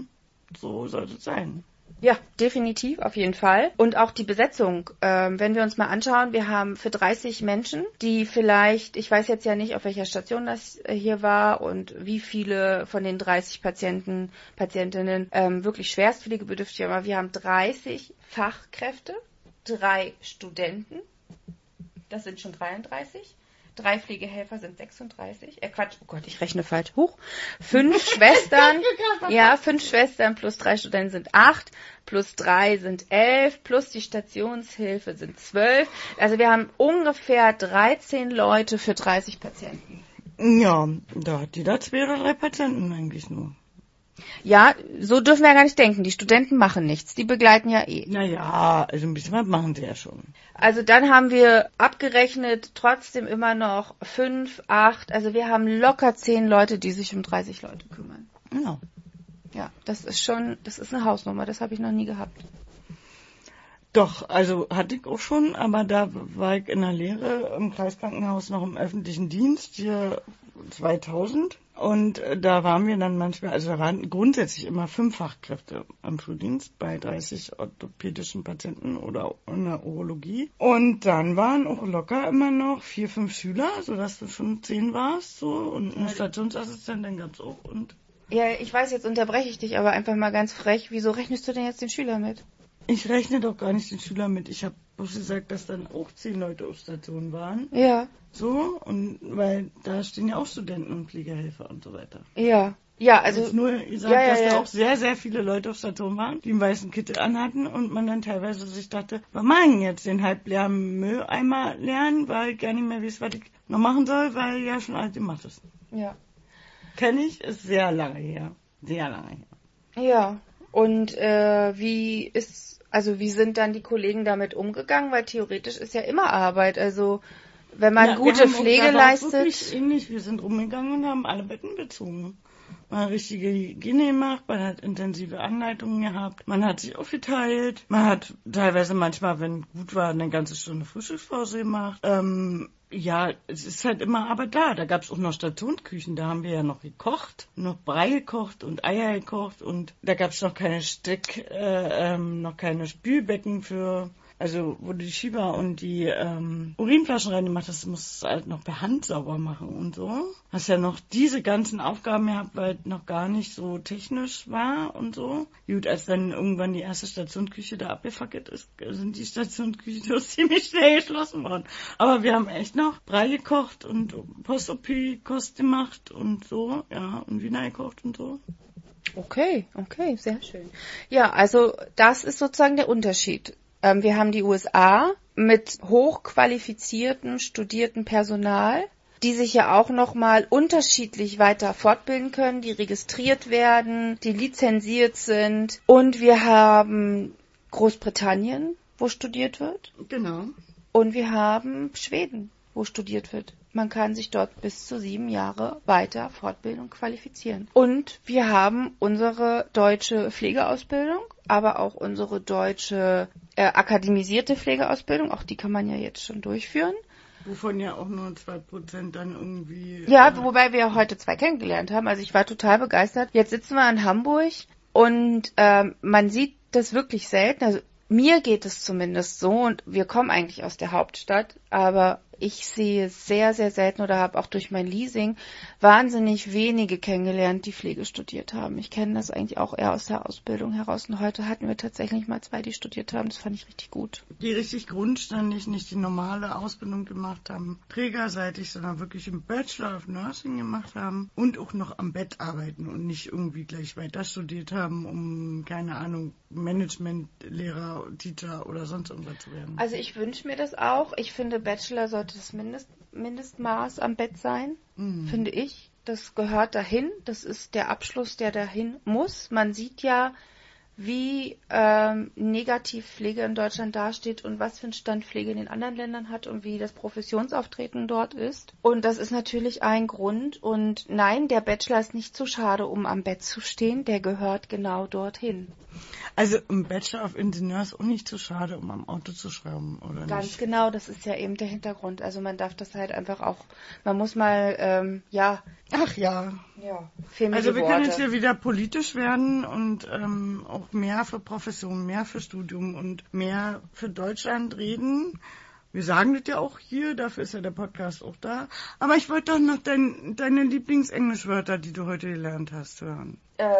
So sollte es sein. Ja, definitiv, auf jeden Fall. Und auch die Besetzung, wenn wir uns mal anschauen, wir haben für 30 Menschen, die vielleicht, ich weiß jetzt ja nicht, auf welcher Station das hier war und wie viele von den 30 Patientinnen wirklich schwerstpflegebedürftig, aber wir haben 30 Fachkräfte, 3 Studenten, das sind schon 33, 3 Pflegehelfer sind 36. Quatsch, oh Gott, ich rechne falsch. 5 Schwestern. Ja, 5 Schwestern plus 3 Studenten sind 8. Plus 3 sind 11. Plus die Stationshilfe sind 12. Also wir haben ungefähr 13 Leute für 30 Patienten. Ja, da hat jeder 2 oder 3 Patienten eigentlich nur. Ja, so dürfen wir ja gar nicht denken. Die Studenten machen nichts. Die begleiten ja eh. Naja, also ein bisschen was machen sie ja schon. Also dann haben wir abgerechnet trotzdem immer noch 5, 8. Also wir haben locker 10 Leute, die sich um 30 Leute kümmern. Genau. Ja, das ist eine Hausnummer. Das habe ich noch nie gehabt. Doch, also hatte ich auch schon, aber da war ich in der Lehre im Kreiskrankenhaus noch im öffentlichen Dienst, hier 2000. Und da waren wir dann manchmal, also da waren grundsätzlich immer 5 Fachkräfte am Schuldienst bei 30 orthopädischen Patienten oder in der Urologie. Und dann waren auch locker immer noch 4, 5 Schüler, sodass du schon 10 warst, so. Und eine Stationsassistentin gab's auch. Und Ja, ich weiß, jetzt unterbreche ich dich, aber einfach mal ganz frech. Wieso rechnest du denn jetzt den Schüler mit? ich rechne doch gar nicht den Schüler mit. Ich habe bloß gesagt, dass dann auch 10 Leute auf Station waren. Ja. So, und weil da stehen ja auch Studenten und Pflegehelfer und so weiter. Ja. Ja, also. Jetzt nur gesagt, dass da auch sehr, sehr viele Leute auf Station waren, die einen weißen Kittel anhatten und man dann teilweise sich dachte, was machen jetzt den halbleeren Mülleimer leeren, weil ich gar nicht mehr weiß, was ich noch machen soll, weil ja schon alles gemacht ist. Ja. Kenne ich, ist sehr lange her. Sehr lange her. Ja. Und wie sind dann die Kollegen damit umgegangen? Weil theoretisch ist ja immer Arbeit. Also wenn man gute Pflege leistet. Wirklich ähnlich. Wir sind rumgegangen und haben alle Betten bezogen. Man hat richtige Hygiene gemacht, man hat intensive Anleitungen gehabt, man hat sich aufgeteilt, man hat teilweise manchmal, wenn gut war, eine ganze Stunde Frühstückspause gemacht. Ja, es ist halt immer Arbeit da. Da gab es auch noch Stationsküchen, da haben wir ja noch gekocht, noch Brei gekocht und Eier gekocht und da gab es noch keine noch keine Spülbecken für, also wo du die Schieber und die Urinflaschen reingemacht hast, musst du halt noch per Hand sauber machen und so. Hast ja noch diese ganzen Aufgaben gehabt, weil es noch gar nicht so technisch war und so. Gut, als dann irgendwann die erste Stationsküche da abgefackelt ist, sind die Stationsküche ziemlich schnell geschlossen worden. Aber wir haben echt noch Brei gekocht und Post-OP-Kost gemacht und so, ja, und Wiener gekocht und so. Okay, sehr schön. Ja, also das ist sozusagen der Unterschied. Wir haben die USA mit hochqualifiziertem, studiertem Personal, die sich ja auch nochmal unterschiedlich weiter fortbilden können, die registriert werden, die lizenziert sind. Und wir haben Großbritannien, wo studiert wird. Genau. Und wir haben Schweden, wo studiert wird. Man kann sich dort bis zu 7 Jahre weiter fortbilden und qualifizieren. Und wir haben unsere deutsche Pflegeausbildung, aber auch unsere deutsche akademisierte Pflegeausbildung. Auch die kann man ja jetzt schon durchführen. Wovon ja auch nur 2% dann irgendwie... Ja, wobei wir heute 2 kennengelernt haben. Also ich war total begeistert. Jetzt sitzen wir in Hamburg und man sieht das wirklich selten. Also mir geht es zumindest so und wir kommen eigentlich aus der Hauptstadt, aber ich sehe sehr, sehr selten oder habe auch durch mein Leasing wahnsinnig wenige kennengelernt, die Pflege studiert haben. Ich kenne das eigentlich auch eher aus der Ausbildung heraus und heute hatten wir tatsächlich mal 2, die studiert haben. Das fand ich richtig gut. Die richtig grundständig nicht die normale Ausbildung gemacht haben, trägerseitig, sondern wirklich im Bachelor of Nursing gemacht haben und auch noch am Bett arbeiten und nicht irgendwie gleich weiter studiert haben, um, keine Ahnung, Management-Lehrer, Teacher oder sonst irgendwas zu werden. Also ich wünsche mir das auch. Ich finde, Bachelor sollte das Mindestmaß am Bett sein, finde ich. Das gehört dahin. Das ist der Abschluss, der dahin muss. Man sieht ja, wie negativ Pflege in Deutschland dasteht und was für einen Stand Pflege in den anderen Ländern hat und wie das Professionsauftreten dort ist. Und das ist natürlich ein Grund. Und nein, der Bachelor ist nicht zu schade, um am Bett zu stehen. Der gehört genau dorthin. Also im Bachelor of Ingenieur ist auch nicht zu schade, um am Auto zu schrauben, oder Ganz nicht? genau, das ist ja eben der Hintergrund. Also man darf das halt einfach auch, man muss mal, Ach ja. fehlen mir Also die wir Worte. können jetzt hier wieder politisch werden und auch mehr für Profession, mehr für Studium und mehr für Deutschland reden. Wir sagen das ja auch hier, dafür ist ja der Podcast auch da. Aber ich wollte doch noch deine Lieblingsenglischwörter, die du heute gelernt hast, hören.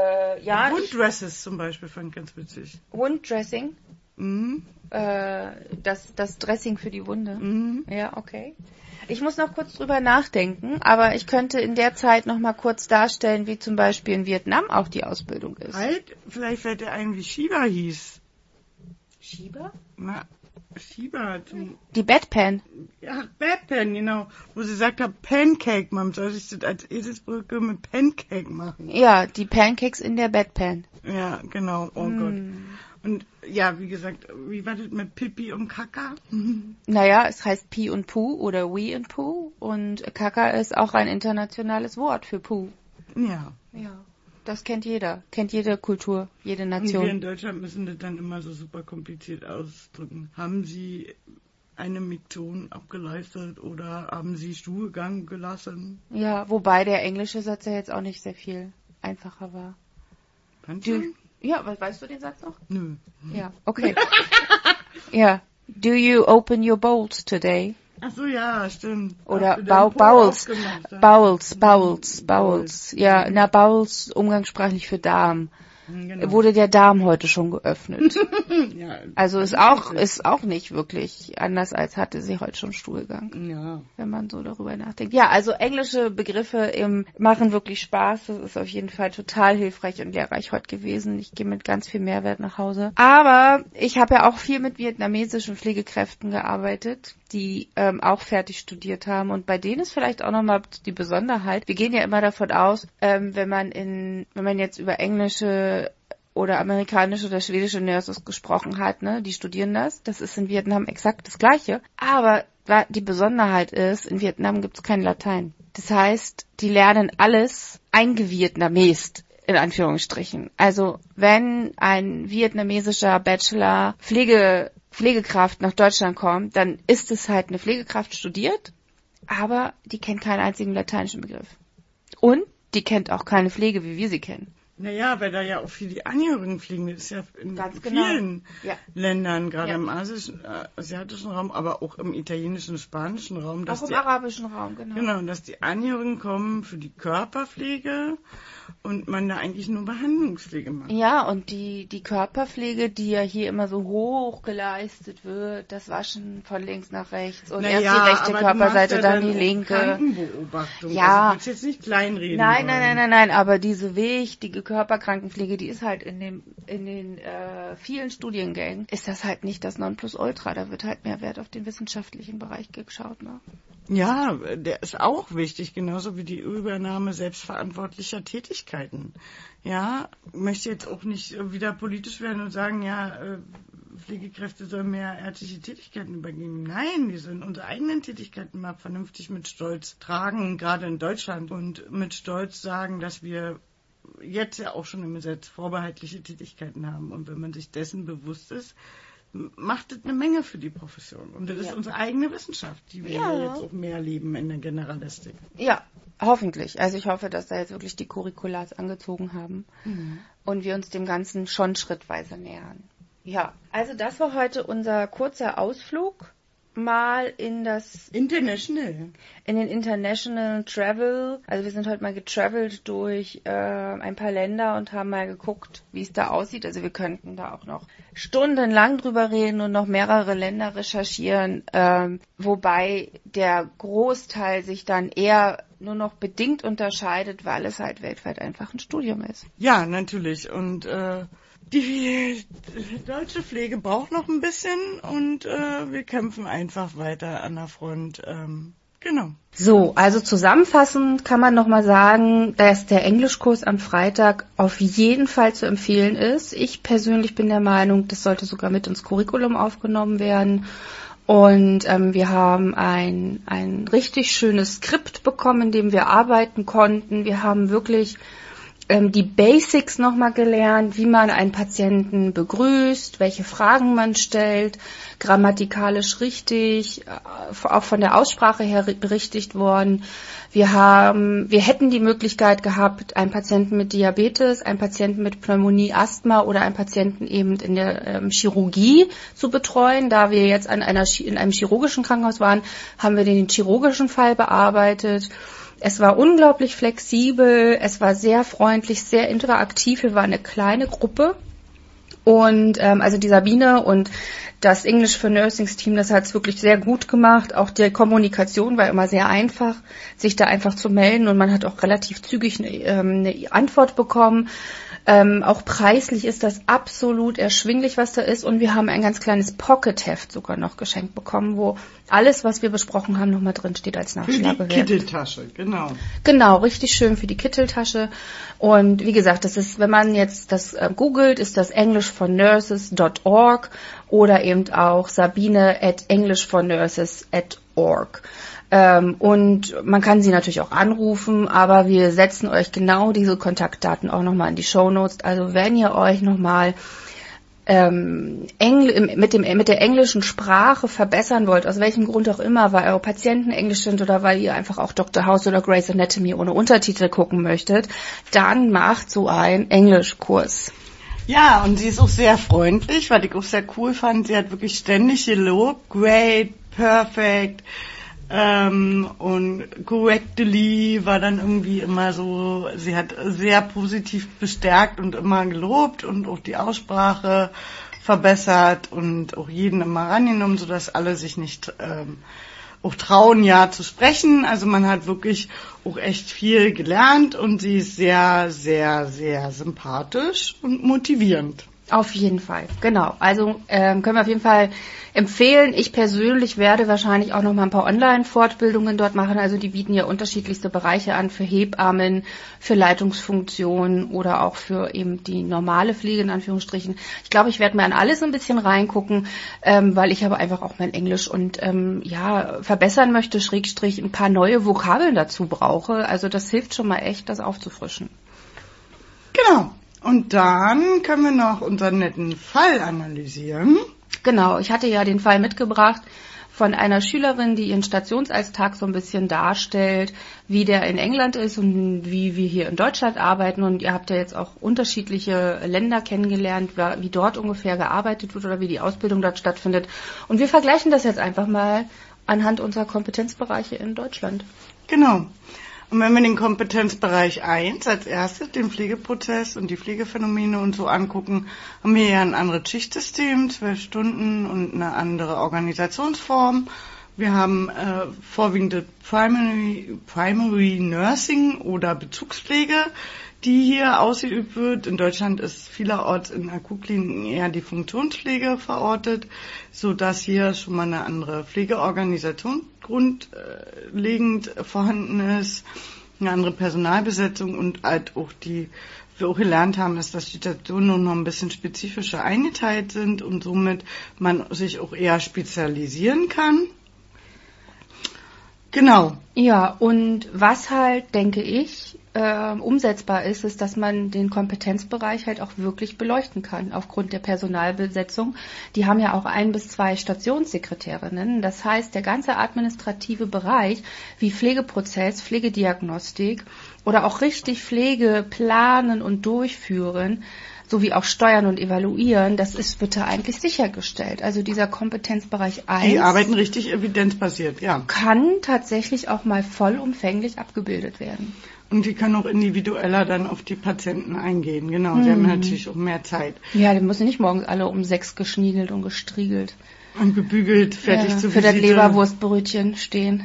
Wunddresses zum Beispiel fand ich ganz witzig. Ich muss noch kurz drüber nachdenken, aber ich könnte in der Zeit noch mal kurz darstellen, wie zum Beispiel in Vietnam auch die Ausbildung ist. Halt, vielleicht fällt dir ein, wie Shiba hieß. Shiba? Na, Shiba. Die Bedpan. Ja, Bedpan, genau. Wo sie sagt, Pancake, man soll sich das als Eselsbrücke mit Pancake machen. Ja, die Pancakes in der Bedpan. Ja, genau. Oh Gott. Und ja, wie gesagt, wie war das mit Pipi und Kaka? Naja, es heißt Pi und Puh oder We und Puh und Kaka ist auch ein internationales Wort für Puh. Ja. Ja, das kennt jeder. Kennt jede Kultur, jede Und Nation. wir in Deutschland müssen das dann immer so super kompliziert ausdrücken. Haben Sie eine Miktion abgeleistet oder haben Sie Stuhlgang gelassen? Ja, wobei der englische Satz ja jetzt auch nicht sehr viel einfacher war. Fandst du? Ja, weißt du den Satz noch? Nö. Ja, okay. Ja. Do you open your bowls today? Ach so, ja, stimmt. Oder Hast du deinen Po Bowels. aufgemacht, ja? Bowels. Ja, na, Bowels umgangssprachlich für Darm. Genau. Wurde der Darm heute schon geöffnet? Ja, Also ist auch nicht wirklich anders, als hatte sie heute schon Stuhlgang. ja. Wenn man so darüber nachdenkt. Ja, also englische Begriffe machen wirklich Spaß. Das ist auf jeden Fall total hilfreich und lehrreich heute gewesen. Ich gehe mit ganz viel Mehrwert nach Hause. Aber ich habe ja auch viel mit vietnamesischen Pflegekräften gearbeitet, die auch fertig studiert haben. Und bei denen ist vielleicht auch nochmal die Besonderheit. Wir gehen ja immer davon aus, wenn man jetzt über englische oder amerikanische oder schwedische Nurses gesprochen hat, ne, die studieren das. Das ist in Vietnam exakt das Gleiche. Aber die Besonderheit ist, in Vietnam gibt es kein Latein. Das heißt, die lernen alles eingevietnamest, in Anführungsstrichen. Also, wenn ein vietnamesischer Bachelor Pflegekraft nach Deutschland kommt, dann ist es halt eine Pflegekraft studiert, aber die kennt keinen einzigen lateinischen Begriff. Und die kennt auch keine Pflege, wie wir sie kennen. Naja, weil da ja auch viele die Angehörigen fliegen. Das ist ja in Ganz genau. vielen Ja. Ländern, gerade Ja. im asiatischen Raum, aber auch im italienischen, spanischen Raum. Dass Auch im arabischen Raum, genau. Genau, dass die Angehörigen kommen für die Körperpflege und man da eigentlich nur Behandlungspflege macht. Ja, und die Körperpflege, die ja hier immer so hoch geleistet wird, das Waschen von links nach rechts und erst die rechte Körperseite, dann die linke. Krankenbeobachtung. Ja. Also ich will jetzt nicht kleinreden. Nein, aber diese wichtige Körperkrankenpflege, die ist halt in den vielen Studiengängen, ist das halt nicht das Nonplusultra. Da wird halt mehr Wert auf den wissenschaftlichen Bereich geschaut, ne? Ja, der ist auch wichtig, genauso wie die Übernahme selbstverantwortlicher Tätigkeiten. Ja, möchte jetzt auch nicht wieder politisch werden und sagen, Pflegekräfte sollen mehr ärztliche Tätigkeiten übernehmen. Nein, die sollen unsere eigenen Tätigkeiten mal vernünftig mit Stolz tragen, gerade in Deutschland, und mit Stolz sagen, dass wir jetzt ja auch schon im Gesetz vorbehaltliche Tätigkeiten haben. Und wenn man sich dessen bewusst ist, macht das eine Menge für die Profession. Und das ist unsere eigene Wissenschaft, die wir jetzt auch mehr leben in der Generalistik. Ja, hoffentlich. Also ich hoffe, dass da jetzt wirklich die Curriculars angezogen haben und wir uns dem Ganzen schon schrittweise nähern. Ja, also das war heute unser kurzer Ausflug mal in den International Travel. Also wir sind heute mal getravelt durch ein paar Länder und haben mal geguckt, wie es da aussieht. Also wir könnten da auch noch stundenlang drüber reden und noch mehrere Länder recherchieren, wobei der Großteil sich dann eher nur noch bedingt unterscheidet, weil es halt weltweit einfach ein Studium ist. Ja, natürlich. Und die deutsche Pflege braucht noch ein bisschen und wir kämpfen einfach weiter an der Front. Genau. So, also zusammenfassend kann man nochmal sagen, dass der Englischkurs am Freitag auf jeden Fall zu empfehlen ist. Ich persönlich bin der Meinung, das sollte sogar mit ins Curriculum aufgenommen werden. Und wir haben ein richtig schönes Skript bekommen, in dem wir arbeiten konnten. Wir haben wirklich die Basics nochmal gelernt, wie man einen Patienten begrüßt, welche Fragen man stellt, grammatikalisch richtig, auch von der Aussprache her berichtigt worden. Wir hätten die Möglichkeit gehabt, einen Patienten mit Diabetes, einen Patienten mit Pneumonie, Asthma oder einen Patienten eben in der Chirurgie zu betreuen. Da wir jetzt in einem chirurgischen Krankenhaus waren, haben wir den chirurgischen Fall bearbeitet. Es war unglaublich flexibel, es war sehr freundlich, sehr interaktiv. Wir waren eine kleine Gruppe Und also die Sabine und das English for Nursings Team, das hat es wirklich sehr gut gemacht. Auch die Kommunikation war immer sehr einfach, sich da einfach zu melden, und man hat auch relativ zügig eine Antwort bekommen. Auch preislich ist das absolut erschwinglich, was da ist. Und wir haben ein ganz kleines Pocket-Heft sogar noch geschenkt bekommen, wo alles, was wir besprochen haben, nochmal drin steht als Nachschlagewerk. Für die Kitteltasche, genau. Genau, richtig schön für die Kitteltasche. Und wie gesagt, das ist, wenn man jetzt das googelt, ist das englishfornurses.org oder eben auch sabine@englishfornurses.org. Und man kann sie natürlich auch anrufen, aber wir setzen euch genau diese Kontaktdaten auch nochmal in die Shownotes. Also wenn ihr euch nochmal mit der englischen Sprache verbessern wollt, aus welchem Grund auch immer, weil eure Patienten Englisch sind oder weil ihr einfach auch Dr. House oder Grey's Anatomy ohne Untertitel gucken möchtet, dann macht so einen Englischkurs. Ja, und sie ist auch sehr freundlich, was ich auch sehr cool fand. Sie hat wirklich ständig gelobt. Great, perfect. Und correctly war dann irgendwie immer so, sie hat sehr positiv bestärkt und immer gelobt und auch die Aussprache verbessert und auch jeden immer rangenommen, sodass alle sich nicht auch trauen, ja zu sprechen. Also man hat wirklich auch echt viel gelernt, und sie ist sehr, sehr, sehr sympathisch und motivierend. Auf jeden Fall, genau. Also können wir auf jeden Fall empfehlen. Ich persönlich werde wahrscheinlich auch noch mal ein paar Online-Fortbildungen dort machen. Also die bieten ja unterschiedlichste Bereiche an, für Hebammen, für Leitungsfunktionen oder auch für eben die normale Pflege in Anführungsstrichen. Ich glaube, ich werde mir an alles ein bisschen reingucken, weil ich aber einfach auch mein Englisch und verbessern möchte, Schrägstrich ein paar neue Vokabeln dazu brauche. Also das hilft schon mal echt, das aufzufrischen. Genau. Und dann können wir noch unseren netten Fall analysieren. Genau, ich hatte ja den Fall mitgebracht von einer Schülerin, die ihren Stationsalltag so ein bisschen darstellt, wie der in England ist und wie wir hier in Deutschland arbeiten. Und ihr habt ja jetzt auch unterschiedliche Länder kennengelernt, wie dort ungefähr gearbeitet wird oder wie die Ausbildung dort stattfindet. Und wir vergleichen das jetzt einfach mal anhand unserer Kompetenzbereiche in Deutschland. Genau. Und wenn wir den Kompetenzbereich 1 als erstes, den Pflegeprozess und die Pflegephänomene und so angucken, haben wir ja ein anderes Schichtsystem, 12 Stunden und eine andere Organisationsform. Wir haben vorwiegend Primary Nursing oder Bezugspflege, die hier ausgeübt wird. In Deutschland ist vielerorts in Akutkliniken eher die Funktionspflege verortet, sodass hier schon mal eine andere Pflegeorganisation grundlegend vorhanden ist, eine andere Personalbesetzung und halt auch wir auch gelernt haben, ist, dass die Stationen nur noch ein bisschen spezifischer eingeteilt sind und somit man sich auch eher spezialisieren kann. Genau. Ja, und was halt, denke ich, umsetzbar ist, ist, dass man den Kompetenzbereich halt auch wirklich beleuchten kann, aufgrund der Personalbesetzung. Die haben ja auch 1 bis 2 Stationssekretärinnen. Das heißt, der ganze administrative Bereich, wie Pflegeprozess, Pflegediagnostik oder auch richtig Pflege planen und durchführen, sowie auch steuern und evaluieren, das ist bitte eigentlich sichergestellt. Also dieser Kompetenzbereich 1... Die arbeiten richtig evidenzbasiert, ja. Kann tatsächlich auch mal vollumfänglich abgebildet werden. Und die können auch individueller dann auf die Patienten eingehen, genau. Sie haben natürlich auch mehr Zeit. Ja, die müssen nicht morgens alle um 6 geschniegelt und gestriegelt. Und gebügelt, fertig zu Visite. Für das Leberwurstbrötchen stehen.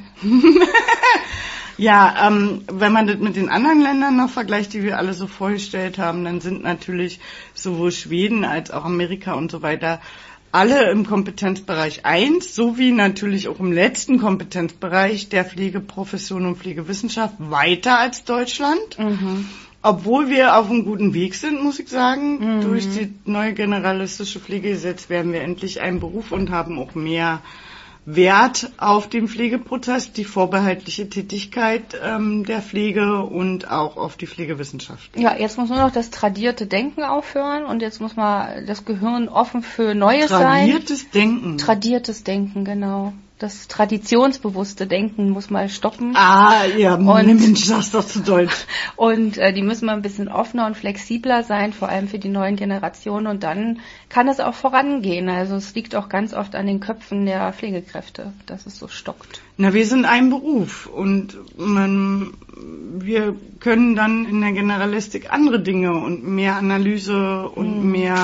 Ja, wenn man das mit den anderen Ländern noch vergleicht, die wir alle so vorgestellt haben, dann sind natürlich sowohl Schweden als auch Amerika und so weiter alle im Kompetenzbereich 1, sowie natürlich auch im letzten Kompetenzbereich der Pflegeprofession und Pflegewissenschaft weiter als Deutschland. Mhm. Obwohl wir auf einem guten Weg sind, muss ich sagen. Mhm. Durch das neue generalistische Pflegegesetz werden wir endlich ein Beruf und haben auch mehr Wert auf den Pflegeprozess, die vorbehaltliche Tätigkeit der Pflege und auch auf die Pflegewissenschaft. Ja, jetzt muss nur noch das tradierte Denken aufhören und jetzt muss mal das Gehirn offen für Neues sein. Tradiertes Denken, genau. Das traditionsbewusste Denken muss mal stoppen. Ah, ja, Mensch, sag's doch zu Deutsch. Und die müssen mal ein bisschen offener und flexibler sein, vor allem für die neuen Generationen. Und dann kann es auch vorangehen. Also es liegt auch ganz oft an den Köpfen der Pflegekräfte, dass es so stockt. Na, wir sind ein Beruf und wir können dann in der Generalistik andere Dinge und mehr Analyse und mehr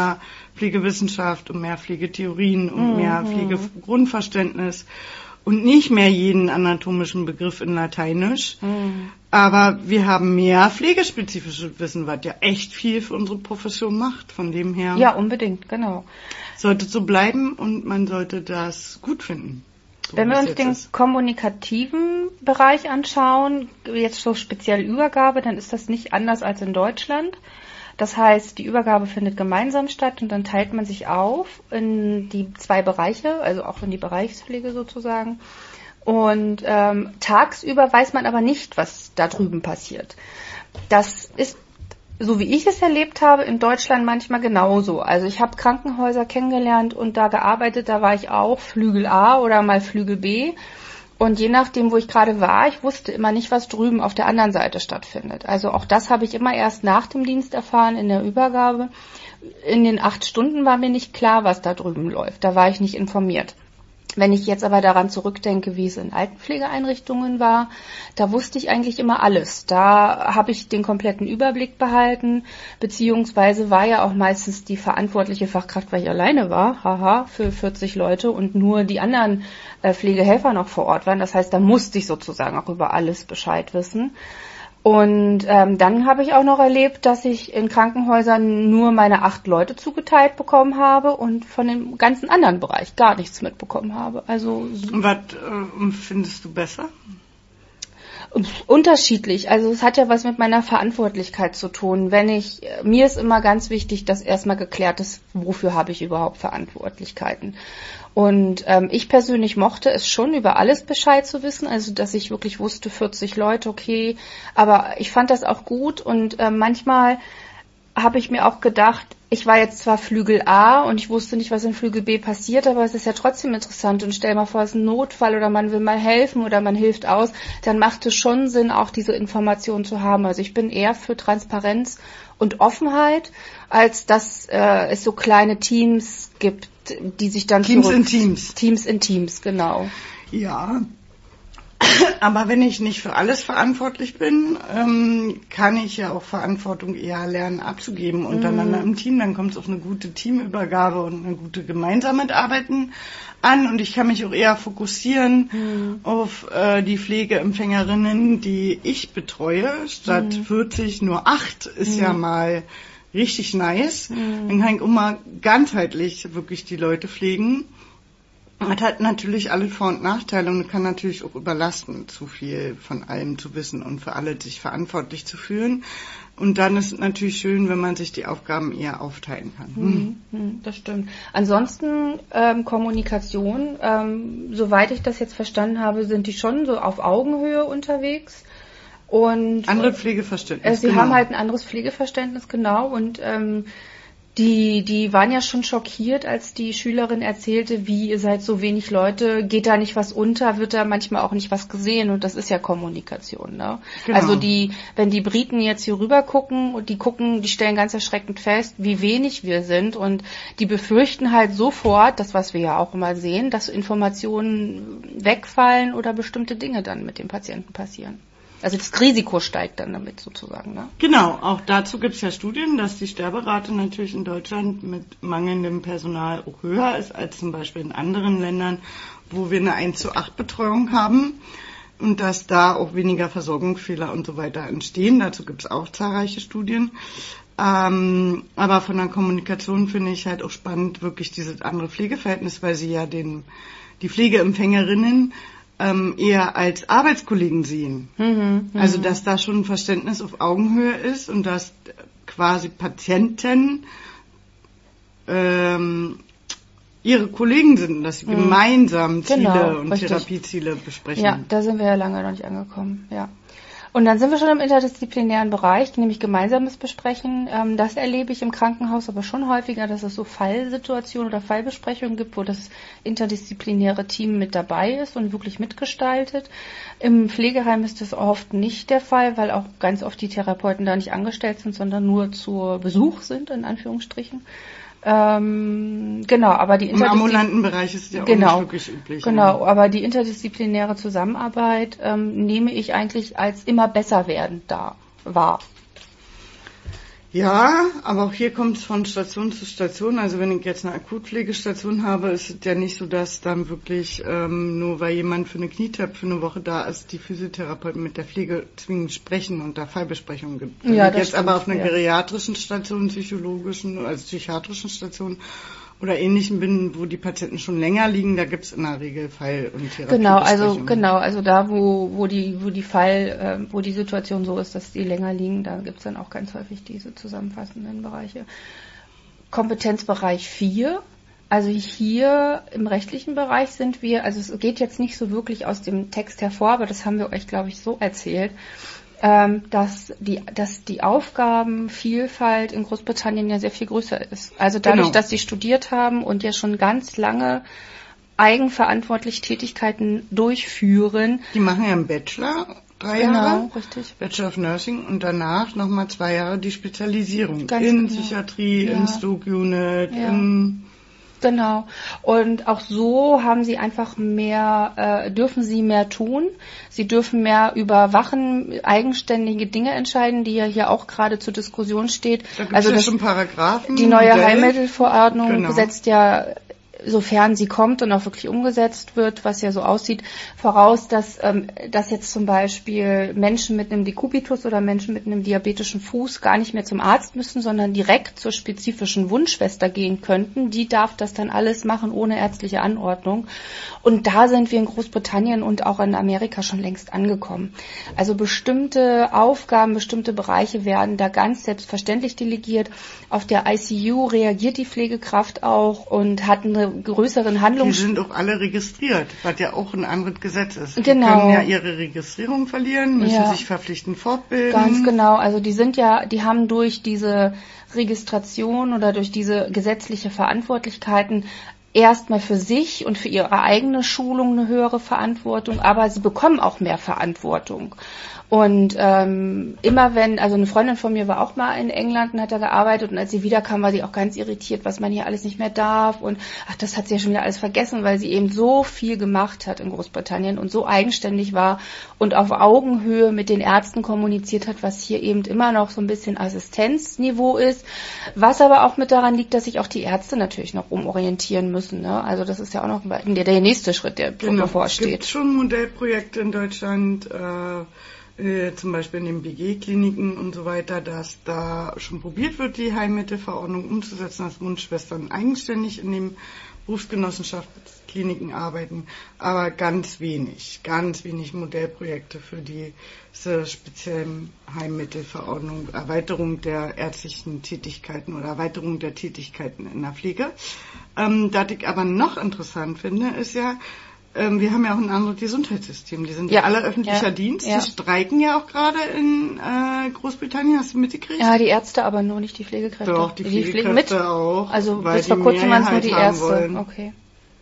Pflegewissenschaft und mehr Pflegetheorien und mehr Pflegegrundverständnis und nicht mehr jeden anatomischen Begriff in Lateinisch. Aber wir haben mehr pflegespezifisches Wissen, was ja echt viel für unsere Profession macht. Von dem her. Ja, unbedingt, genau. Sollte so bleiben und man sollte das gut finden. So wenn wir uns den kommunikativen Bereich anschauen, jetzt so speziell Übergabe, dann ist das nicht anders als in Deutschland. Das heißt, die Übergabe findet gemeinsam statt und dann teilt man sich auf in die 2 Bereiche, also auch in die Bereichspflege sozusagen. Und tagsüber weiß man aber nicht, was da drüben passiert. Das ist, so wie ich es erlebt habe, in Deutschland manchmal genauso. Also ich habe Krankenhäuser kennengelernt und da gearbeitet, da war ich auch Flügel A oder mal Flügel B. Und je nachdem, wo ich gerade war, ich wusste immer nicht, was drüben auf der anderen Seite stattfindet. Also auch das habe ich immer erst nach dem Dienst erfahren, in der Übergabe. In den 8 Stunden war mir nicht klar, was da drüben läuft. Da war ich nicht informiert. Wenn ich jetzt aber daran zurückdenke, wie es in Altenpflegeeinrichtungen war, da wusste ich eigentlich immer alles. Da habe ich den kompletten Überblick behalten, beziehungsweise war ja auch meistens die verantwortliche Fachkraft, weil ich alleine war, für 40 Leute und nur die anderen Pflegehelfer noch vor Ort waren. Das heißt, da musste ich sozusagen auch über alles Bescheid wissen. Und dann habe ich auch noch erlebt, dass ich in Krankenhäusern nur meine 8 Leute zugeteilt bekommen habe und von dem ganzen anderen Bereich gar nichts mitbekommen habe. Also was findest du besser? Unterschiedlich. Also es hat ja was mit meiner Verantwortlichkeit zu tun. Mir ist immer ganz wichtig, dass erstmal geklärt ist, wofür habe ich überhaupt Verantwortlichkeiten. Und ich persönlich mochte es schon, über alles Bescheid zu wissen, also dass ich wirklich wusste, 40 Leute, okay, aber ich fand das auch gut und manchmal habe ich mir auch gedacht, ich war jetzt zwar Flügel A und ich wusste nicht, was in Flügel B passiert, aber es ist ja trotzdem interessant und stell mal vor, es ist ein Notfall oder man will mal helfen oder man hilft aus, dann macht es schon Sinn, auch diese Informationen zu haben. Also ich bin eher für Transparenz und Offenheit, als dass es so kleine Teams gibt, die sich dann Teams in Teams, genau. Ja, aber wenn ich nicht für alles verantwortlich bin, kann ich ja auch Verantwortung eher lernen abzugeben untereinander im Team. Dann kommt es auf eine gute Teamübergabe und eine gute gemeinsame Arbeiten an und ich kann mich auch eher fokussieren auf die Pflegeempfängerinnen, die ich betreue, statt 40 nur 8 ist ja mal richtig nice. Dann kann ich auch mal ganzheitlich wirklich die Leute pflegen. Das hat natürlich alle Vor- und Nachteile und kann natürlich auch überlasten, zu viel von allem zu wissen und für alle sich verantwortlich zu fühlen. Und dann ist es natürlich schön, wenn man sich die Aufgaben eher aufteilen kann. Das stimmt. Ansonsten Kommunikation, soweit ich das jetzt verstanden habe, sind die schon so auf Augenhöhe unterwegs. Und andere Pflegeverständnis. Sie haben halt ein anderes Pflegeverständnis, genau. Und die waren ja schon schockiert, als die Schülerin erzählte, wie ihr seid so wenig Leute, geht da nicht was unter, wird da manchmal auch nicht was gesehen und das ist ja Kommunikation, ne? Genau. Also wenn die Briten jetzt hier rüber gucken und die stellen ganz erschreckend fest, wie wenig wir sind und die befürchten halt sofort, das was wir ja auch immer sehen, dass Informationen wegfallen oder bestimmte Dinge dann mit dem Patienten passieren. Also das Risiko steigt dann damit sozusagen, ne? Genau, auch dazu gibt es ja Studien, dass die Sterberate natürlich in Deutschland mit mangelndem Personal auch höher ist als zum Beispiel in anderen Ländern, wo wir eine 1:8 Betreuung haben und dass da auch weniger Versorgungsfehler und so weiter entstehen. Dazu gibt es auch zahlreiche Studien. Aber von der Kommunikation finde ich halt auch spannend wirklich dieses andere Pflegeverhältnis, weil sie ja die Pflegeempfängerinnen eher als Arbeitskollegen sehen. Also dass da schon ein Verständnis auf Augenhöhe ist und dass quasi Patienten ihre Kollegen sind, dass sie gemeinsam Ziele und richtig. Therapieziele besprechen. Ja, da sind wir ja lange noch nicht angekommen, ja. Und dann sind wir schon im interdisziplinären Bereich, nämlich gemeinsames Besprechen. Das erlebe ich im Krankenhaus aber schon häufiger, dass es so Fallsituationen oder Fallbesprechungen gibt, wo das interdisziplinäre Team mit dabei ist und wirklich mitgestaltet. Im Pflegeheim ist das oft nicht der Fall, weil auch ganz oft die Therapeuten da nicht angestellt sind, sondern nur zu Besuch sind, in Anführungsstrichen. Genau, aber im ambulanten Bereich ist es ja auch nicht wirklich üblich. Genau, aber die interdisziplinäre Zusammenarbeit nehme ich eigentlich als immer besser werden wahr. Ja, aber auch hier kommt es von Station zu Station. Also wenn ich jetzt eine Akutpflegestation habe, ist es ja nicht so, dass dann wirklich nur weil jemand für eine Knietab für eine Woche da ist, die Physiotherapeuten mit der Pflege zwingend sprechen und da Fallbesprechungen gibt. Wenn ich jetzt stimmt, aber auf einer geriatrischen Station, psychologischen, also psychiatrischen Station oder ähnlichen bin, wo die Patienten schon länger liegen, da gibt's in der Regel Fall- und Therapiebesprechungen. Also da, wo die Situation so ist, dass die länger liegen, da gibt's dann auch ganz häufig diese zusammenfassenden Bereiche. Kompetenzbereich 4. Also hier im rechtlichen Bereich sind wir, also es geht jetzt nicht so wirklich aus dem Text hervor, aber das haben wir euch, glaube ich, so erzählt, dass die Aufgabenvielfalt in Großbritannien ja sehr viel größer ist. Also dadurch, dass sie studiert haben und ja schon ganz lange eigenverantwortlich Tätigkeiten durchführen. Die machen ja einen Bachelor, 3 Jahre. Genau, richtig. Bachelor of Nursing und danach nochmal 2 Jahre die Spezialisierung. Ganz in genau. Psychiatrie, in Stoke Unit, Genau. Und auch so haben sie einfach dürfen sie mehr tun. Sie dürfen mehr überwachen, eigenständige Dinge entscheiden, die ja hier auch gerade zur Diskussion steht. Da gibt es ja schon Paragraphen. Die neue Heilmittelverordnung setzt ja, sofern sie kommt und auch wirklich umgesetzt wird, was ja so aussieht, voraus, dass jetzt zum Beispiel Menschen mit einem Dekubitus oder Menschen mit einem diabetischen Fuß gar nicht mehr zum Arzt müssen, sondern direkt zur spezifischen Wundschwester gehen könnten. Die darf das dann alles machen ohne ärztliche Anordnung. Und da sind wir in Großbritannien und auch in Amerika schon längst angekommen. Also bestimmte Aufgaben, bestimmte Bereiche werden da ganz selbstverständlich delegiert. Auf der ICU reagiert die Pflegekraft auch und hat einen größeren Die sind auch alle registriert, was ja auch ein anderes Gesetz ist. Genau. Die können ja ihre Registrierung verlieren, müssen sich verpflichtend fortbilden. Ganz genau. Also die haben durch diese Registration oder durch diese gesetzliche Verantwortlichkeiten erstmal für sich und für ihre eigene Schulung eine höhere Verantwortung, aber sie bekommen auch mehr Verantwortung. Und immer also eine Freundin von mir war auch mal in England und hat da gearbeitet und als sie wiederkam, war sie auch ganz irritiert, was man hier alles nicht mehr darf und das hat sie ja schon wieder alles vergessen, weil sie eben so viel gemacht hat in Großbritannien und so eigenständig war und auf Augenhöhe mit den Ärzten kommuniziert hat, was hier eben immer noch so ein bisschen Assistenzniveau ist, was aber auch mit daran liegt, dass sich auch die Ärzte natürlich noch umorientieren müssen. Ne? Also das ist ja auch noch der nächste Schritt, der bevorsteht. Es gibt schon Modellprojekte in Deutschland, zum Beispiel in den BG-Kliniken und so weiter, dass da schon probiert wird, die Heilmittelverordnung umzusetzen, dass Wundschwestern eigenständig in den Berufsgenossenschaftskliniken arbeiten, aber ganz wenig Modellprojekte für diese speziellen Heilmittelverordnung, Erweiterung der ärztlichen Tätigkeiten oder Erweiterung der Tätigkeiten in der Pflege. Das ich aber noch interessant finde, ist ja, wir haben ja auch ein anderes Gesundheitssystem. Die sind ja alle öffentlicher Dienst. Die streiken ja auch gerade in Großbritannien. Hast du mitgekriegt? Ja, die Ärzte aber nur, nicht die Pflegekräfte. Doch, die Pflegekräfte auch. Also bis vor kurzem waren es nur die Ärzte. Wollen. Okay.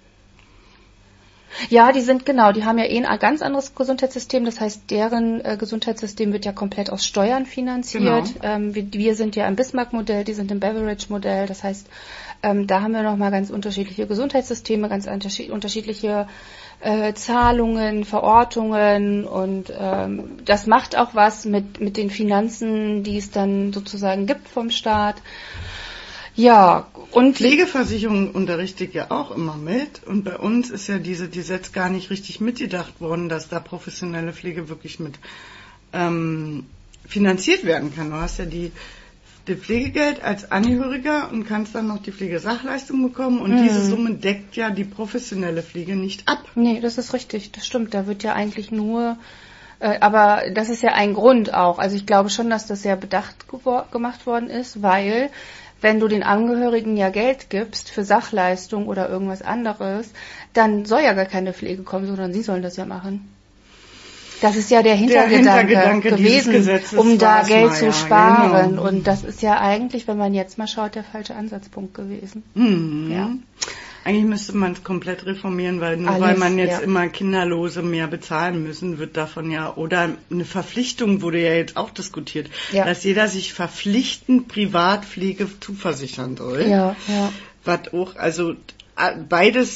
Ja, die haben ja ein ganz anderes Gesundheitssystem. Das heißt, deren Gesundheitssystem wird ja komplett aus Steuern finanziert. Genau. Wir sind ja im Bismarck-Modell, die sind im Beveridge-Modell. Das heißt, da haben wir nochmal ganz unterschiedliche Gesundheitssysteme, ganz unterschiedliche Zahlungen, Verortungen und das macht auch was mit den Finanzen, die es dann sozusagen gibt vom Staat. Ja, und Pflegeversicherung unterrichte ich ja auch immer mit und bei uns ist ja diese Gesetz gar nicht richtig mitgedacht worden, dass da professionelle Pflege wirklich mit finanziert werden kann. Du hast ja die Pflegegeld als Angehöriger und kannst dann noch die Pflegesachleistung bekommen und diese Summe deckt ja die professionelle Pflege nicht ab. Nee, das ist richtig, das stimmt. Da wird ja eigentlich nur, aber das ist ja ein Grund auch. Also ich glaube schon, dass das sehr bedacht gemacht worden ist, weil wenn du den Angehörigen ja Geld gibst für Sachleistung oder irgendwas anderes, dann soll ja gar keine Pflege kommen, sondern sie sollen das ja machen. Das ist ja der Hintergedanke gewesen, um da Geld zu sparen. Genau. Und das ist ja eigentlich, wenn man jetzt mal schaut, der falsche Ansatzpunkt gewesen. Mhm. Ja. Eigentlich müsste man es komplett reformieren, weil weil man jetzt immer Kinderlose mehr bezahlen müssen, wird davon ja, oder eine Verpflichtung wurde ja jetzt auch diskutiert, dass jeder sich verpflichtend Privatpflege zuversichern soll. Ja. Was auch, also beides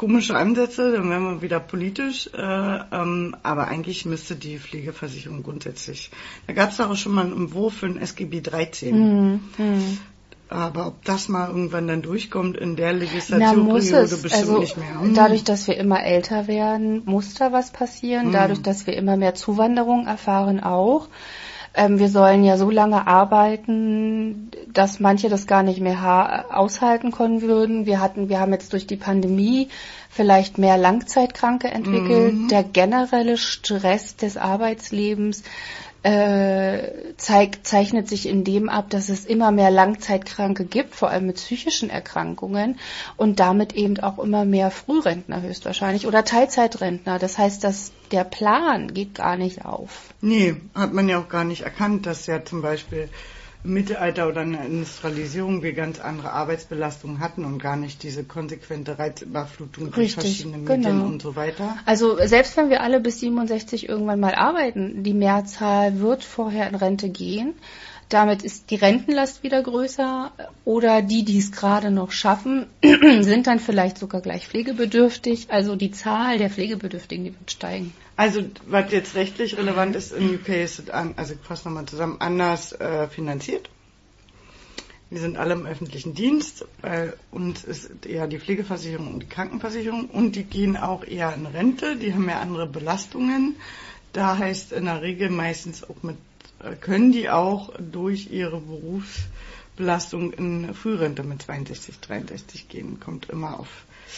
komische Ansätze, dann wären wir wieder politisch, aber eigentlich müsste die Pflegeversicherung grundsätzlich, da gab es doch auch schon mal einen Entwurf für ein SGB 13. Aber ob das mal irgendwann dann durchkommt in der Legislaturperiode, bestimmt also, nicht mehr. Dadurch, dass wir immer älter werden, muss da was passieren. Dadurch, dass wir immer mehr Zuwanderung erfahren auch. Wir sollen ja so lange arbeiten, dass manche das gar nicht mehr aushalten können würden. Wir haben jetzt durch die Pandemie vielleicht mehr Langzeitkranke entwickelt. Der generelle Stress des Arbeitslebens zeichnet sich in dem ab, dass es immer mehr Langzeitkranke gibt, vor allem mit psychischen Erkrankungen und damit eben auch immer mehr Frührentner höchstwahrscheinlich oder Teilzeitrentner. Das heißt, dass der Plan geht gar nicht auf. Nee, hat man ja auch gar nicht erkannt, dass ja zum Beispiel im Mittelalter oder in der Industrialisierung wir ganz andere Arbeitsbelastungen hatten und gar nicht diese konsequente Reizüberflutung durch verschiedene Medien und so weiter. Also selbst wenn wir alle bis 67 irgendwann mal arbeiten, die Mehrzahl wird vorher in Rente gehen. Damit ist die Rentenlast wieder größer oder die es gerade noch schaffen, sind dann vielleicht sogar gleich pflegebedürftig. Also die Zahl der Pflegebedürftigen, die wird steigen. Also was jetzt rechtlich relevant ist, in UK ist es, also ich fasse nochmal zusammen, anders finanziert. Wir sind alle im öffentlichen Dienst, bei uns ist eher die Pflegeversicherung und die Krankenversicherung und die gehen auch eher in Rente, die haben ja andere Belastungen. Da heißt in der Regel meistens auch können die auch durch ihre Berufsbelastung in Frührente mit 62, 63 gehen. Kommt immer auf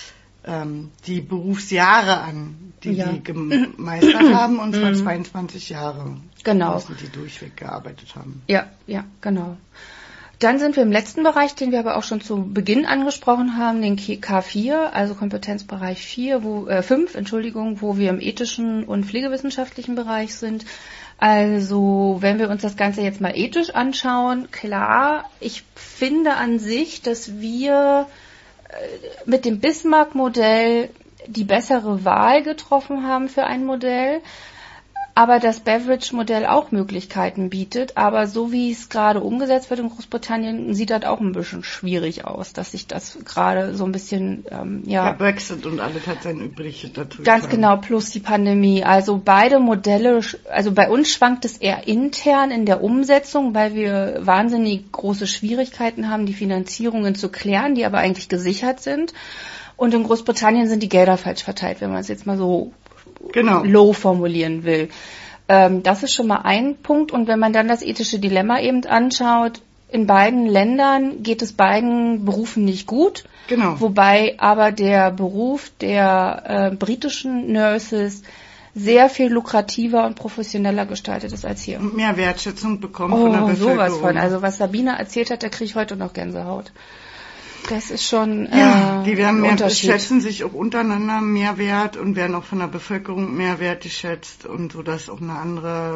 die Berufsjahre an, die gemeistert haben, und zwar 22 Jahre. Genau. Müssen die durchweg gearbeitet haben. Ja, genau. Dann sind wir im letzten Bereich, den wir aber auch schon zu Beginn angesprochen haben, den K4, also Kompetenzbereich 5, wo wir im ethischen und pflegewissenschaftlichen Bereich sind. Also, wenn wir uns das Ganze jetzt mal ethisch anschauen, klar, ich finde an sich, dass wir mit dem Bismarck-Modell die bessere Wahl getroffen haben für ein Modell, aber das Beveridge-Modell auch Möglichkeiten bietet. Aber so wie es gerade umgesetzt wird in Großbritannien, sieht das auch ein bisschen schwierig aus, dass sich das gerade so ein bisschen, Der Brexit und alles hat sein Übriges dazu. Ganz genau, plus die Pandemie. Also beide Modelle, also bei uns schwankt es eher intern in der Umsetzung, weil wir wahnsinnig große Schwierigkeiten haben, die Finanzierungen zu klären, die aber eigentlich gesichert sind. Und in Großbritannien sind die Gelder falsch verteilt, wenn man es jetzt mal so low formulieren will. Das ist schon mal ein Punkt. Und wenn man dann das ethische Dilemma eben anschaut, in beiden Ländern geht es beiden Berufen nicht gut. Genau. Wobei aber der Beruf der britischen Nurses sehr viel lukrativer und professioneller gestaltet ist als hier. Und mehr Wertschätzung bekommen von der Bevölkerung. Sowas von. Also was Sabine erzählt hat, da kriege ich heute noch Gänsehaut. Das ist schon die werden schätzen sich auch untereinander mehr wert und werden auch von der Bevölkerung mehr wertgeschätzt und so, dass auch eine andere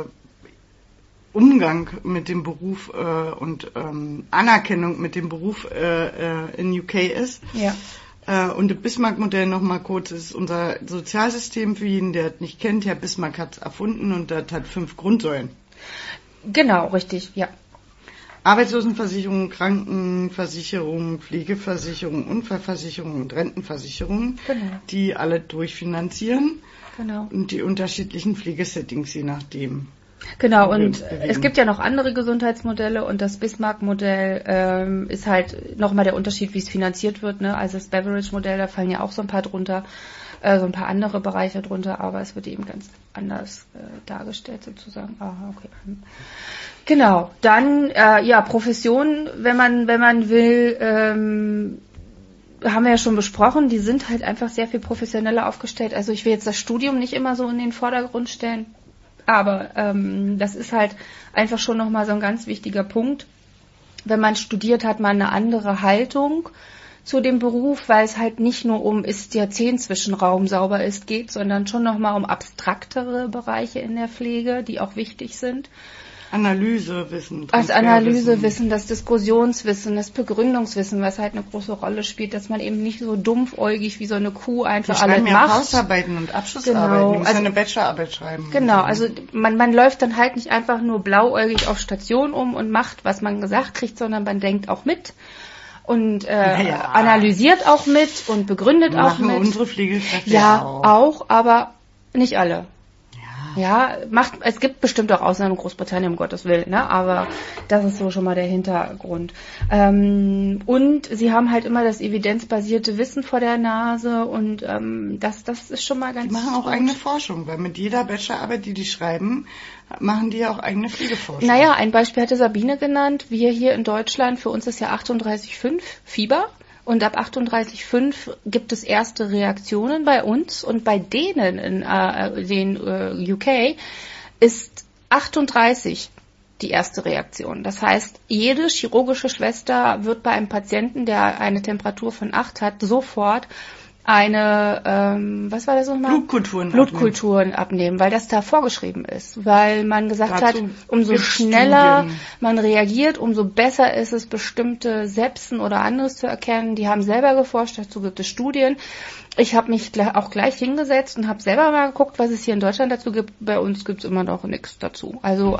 Umgang mit dem Beruf und Anerkennung mit dem Beruf in UK ist. Ja. Und das Bismarck-Modell nochmal kurz ist unser Sozialsystem, für jeden, der es nicht kennt. Herr Bismarck hat es erfunden und das hat 5 Grundsäulen. Genau, richtig, ja. Arbeitslosenversicherung, Krankenversicherung, Pflegeversicherung, Unfallversicherung und Rentenversicherung, die alle durchfinanzieren und die unterschiedlichen Pflegesettings je nachdem. Genau, und es gibt ja noch andere Gesundheitsmodelle und das Bismarck-Modell ist halt nochmal der Unterschied, wie es finanziert wird. Ne? Also das Beveridge-Modell, da fallen ja auch so ein paar drunter, so ein paar andere Bereiche drunter, aber es wird eben ganz anders dargestellt sozusagen. Aha, okay. Genau, dann Profession, wenn man will, haben wir ja schon besprochen, die sind halt einfach sehr viel professioneller aufgestellt. Also ich will jetzt das Studium nicht immer so in den Vordergrund stellen, aber das ist halt einfach schon nochmal so ein ganz wichtiger Punkt. Wenn man studiert, hat man eine andere Haltung zu dem Beruf, weil es halt nicht nur ist der Zehenzwischenraum sauber ist geht, sondern schon nochmal um abstraktere Bereiche in der Pflege, die auch wichtig sind. Analysewissen. Das Analysewissen, das Diskussionswissen, das Begründungswissen, was halt eine große Rolle spielt, dass man eben nicht so dumpfäugig wie so eine Kuh einfach alles macht. Ja Hausarbeiten und Abschlussarbeiten. Du musst eine Bachelorarbeit schreiben. Genau, also man läuft dann halt nicht einfach nur blauäugig auf Station und macht, was man gesagt kriegt, sondern man denkt auch mit. und analysiert auch mit und begründet auch mit. Unsere Pflegekräfte ja auch, aber nicht alle. Ja, es gibt bestimmt auch Ausnahmen in Großbritannien, um Gottes Willen, ne? Aber das ist so schon mal der Hintergrund. Und sie haben halt immer das evidenzbasierte Wissen vor der Nase und das ist schon mal ganz gut. Die machen auch gut. Eigene Forschung, weil mit jeder Bachelorarbeit, die schreiben, machen die ja auch eigene Pflegeforschung. Naja, ein Beispiel hatte Sabine genannt. Wir hier in Deutschland, für uns ist ja 38,5 Fieber. Und ab 38,5 gibt es erste Reaktionen bei uns. Und bei denen in den UK ist 38 die erste Reaktion. Das heißt, jede chirurgische Schwester wird bei einem Patienten, der eine Temperatur von 8 hat, sofort eine, was war das nochmal? Blutkulturen abnehmen, weil das da vorgeschrieben ist. Weil man gesagt hat, umso schneller man reagiert, umso besser ist es, bestimmte Sepsen oder anderes zu erkennen. Die haben selber geforscht, dazu gibt es Studien. Ich habe mich auch gleich hingesetzt und habe selber mal geguckt, was es hier in Deutschland dazu gibt. Bei uns gibt es immer noch nichts dazu. Also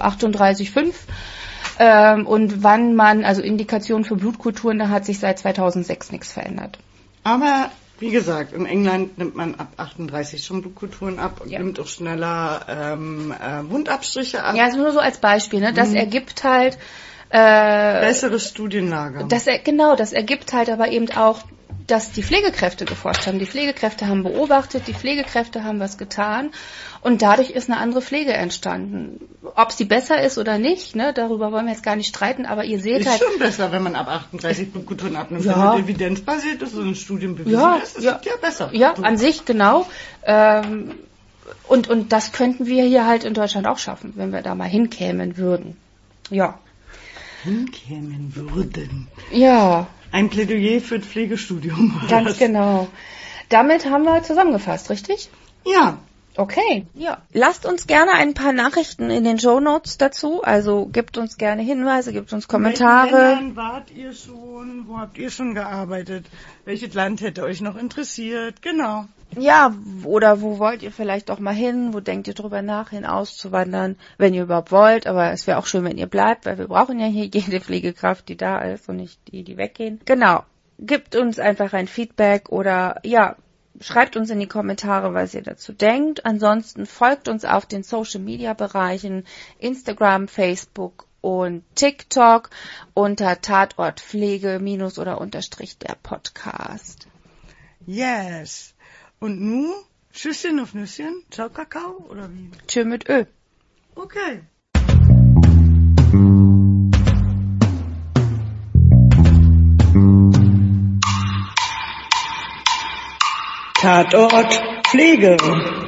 38,5 und wann man, also Indikationen für Blutkulturen, da hat sich seit 2006 nichts verändert. Aber wie gesagt, in England nimmt man ab 38 schon Blutkulturen ab und nimmt auch schneller Wundabstriche ab. Ja, also nur so als Beispiel. Ne? Das ergibt halt bessere Studienlage. Das ergibt halt aber eben auch, dass die Pflegekräfte geforscht haben. Die Pflegekräfte haben beobachtet, die Pflegekräfte haben was getan und dadurch ist eine andere Pflege entstanden. Ob sie besser ist oder nicht, ne, darüber wollen wir jetzt gar nicht streiten, aber ihr seht ist halt... Ist schon besser, wenn man ab 38 Blutkulturen abnimmt, wenn das evidenzbasiert ist und in Studien bewiesen ist, ist ja besser. Ja, an sich, genau. Und das könnten wir hier halt in Deutschland auch schaffen, wenn wir da mal hinkämen würden. Ja. Hinkämen würden. Ja. Ein Plädoyer für das Pflegestudium. Ganz genau. Damit haben wir zusammengefasst, richtig? Ja. Okay. Ja. Lasst uns gerne ein paar Nachrichten in den Shownotes dazu. Also gebt uns gerne Hinweise, gebt uns Kommentare. In welchen Ländern wart ihr schon? Wo habt ihr schon gearbeitet? Welches Land hätte euch noch interessiert? Genau. Ja, oder wo wollt ihr vielleicht auch mal hin? Wo denkt ihr drüber nach, hinauszuwandern? Wenn ihr überhaupt wollt, aber es wäre auch schön, wenn ihr bleibt, weil wir brauchen ja hier jede Pflegekraft, die da ist und nicht die weggehen. Genau. Gebt uns einfach ein Feedback oder schreibt uns in die Kommentare, was ihr dazu denkt. Ansonsten folgt uns auf den Social-Media-Bereichen Instagram, Facebook und TikTok unter Tatortpflege- oder _ der Podcast. Yes. Und nun, Tschüsschen auf Nüsschen, ciao Kakao, oder wie? Tschö mit Ö. Okay. Tatort Pflege.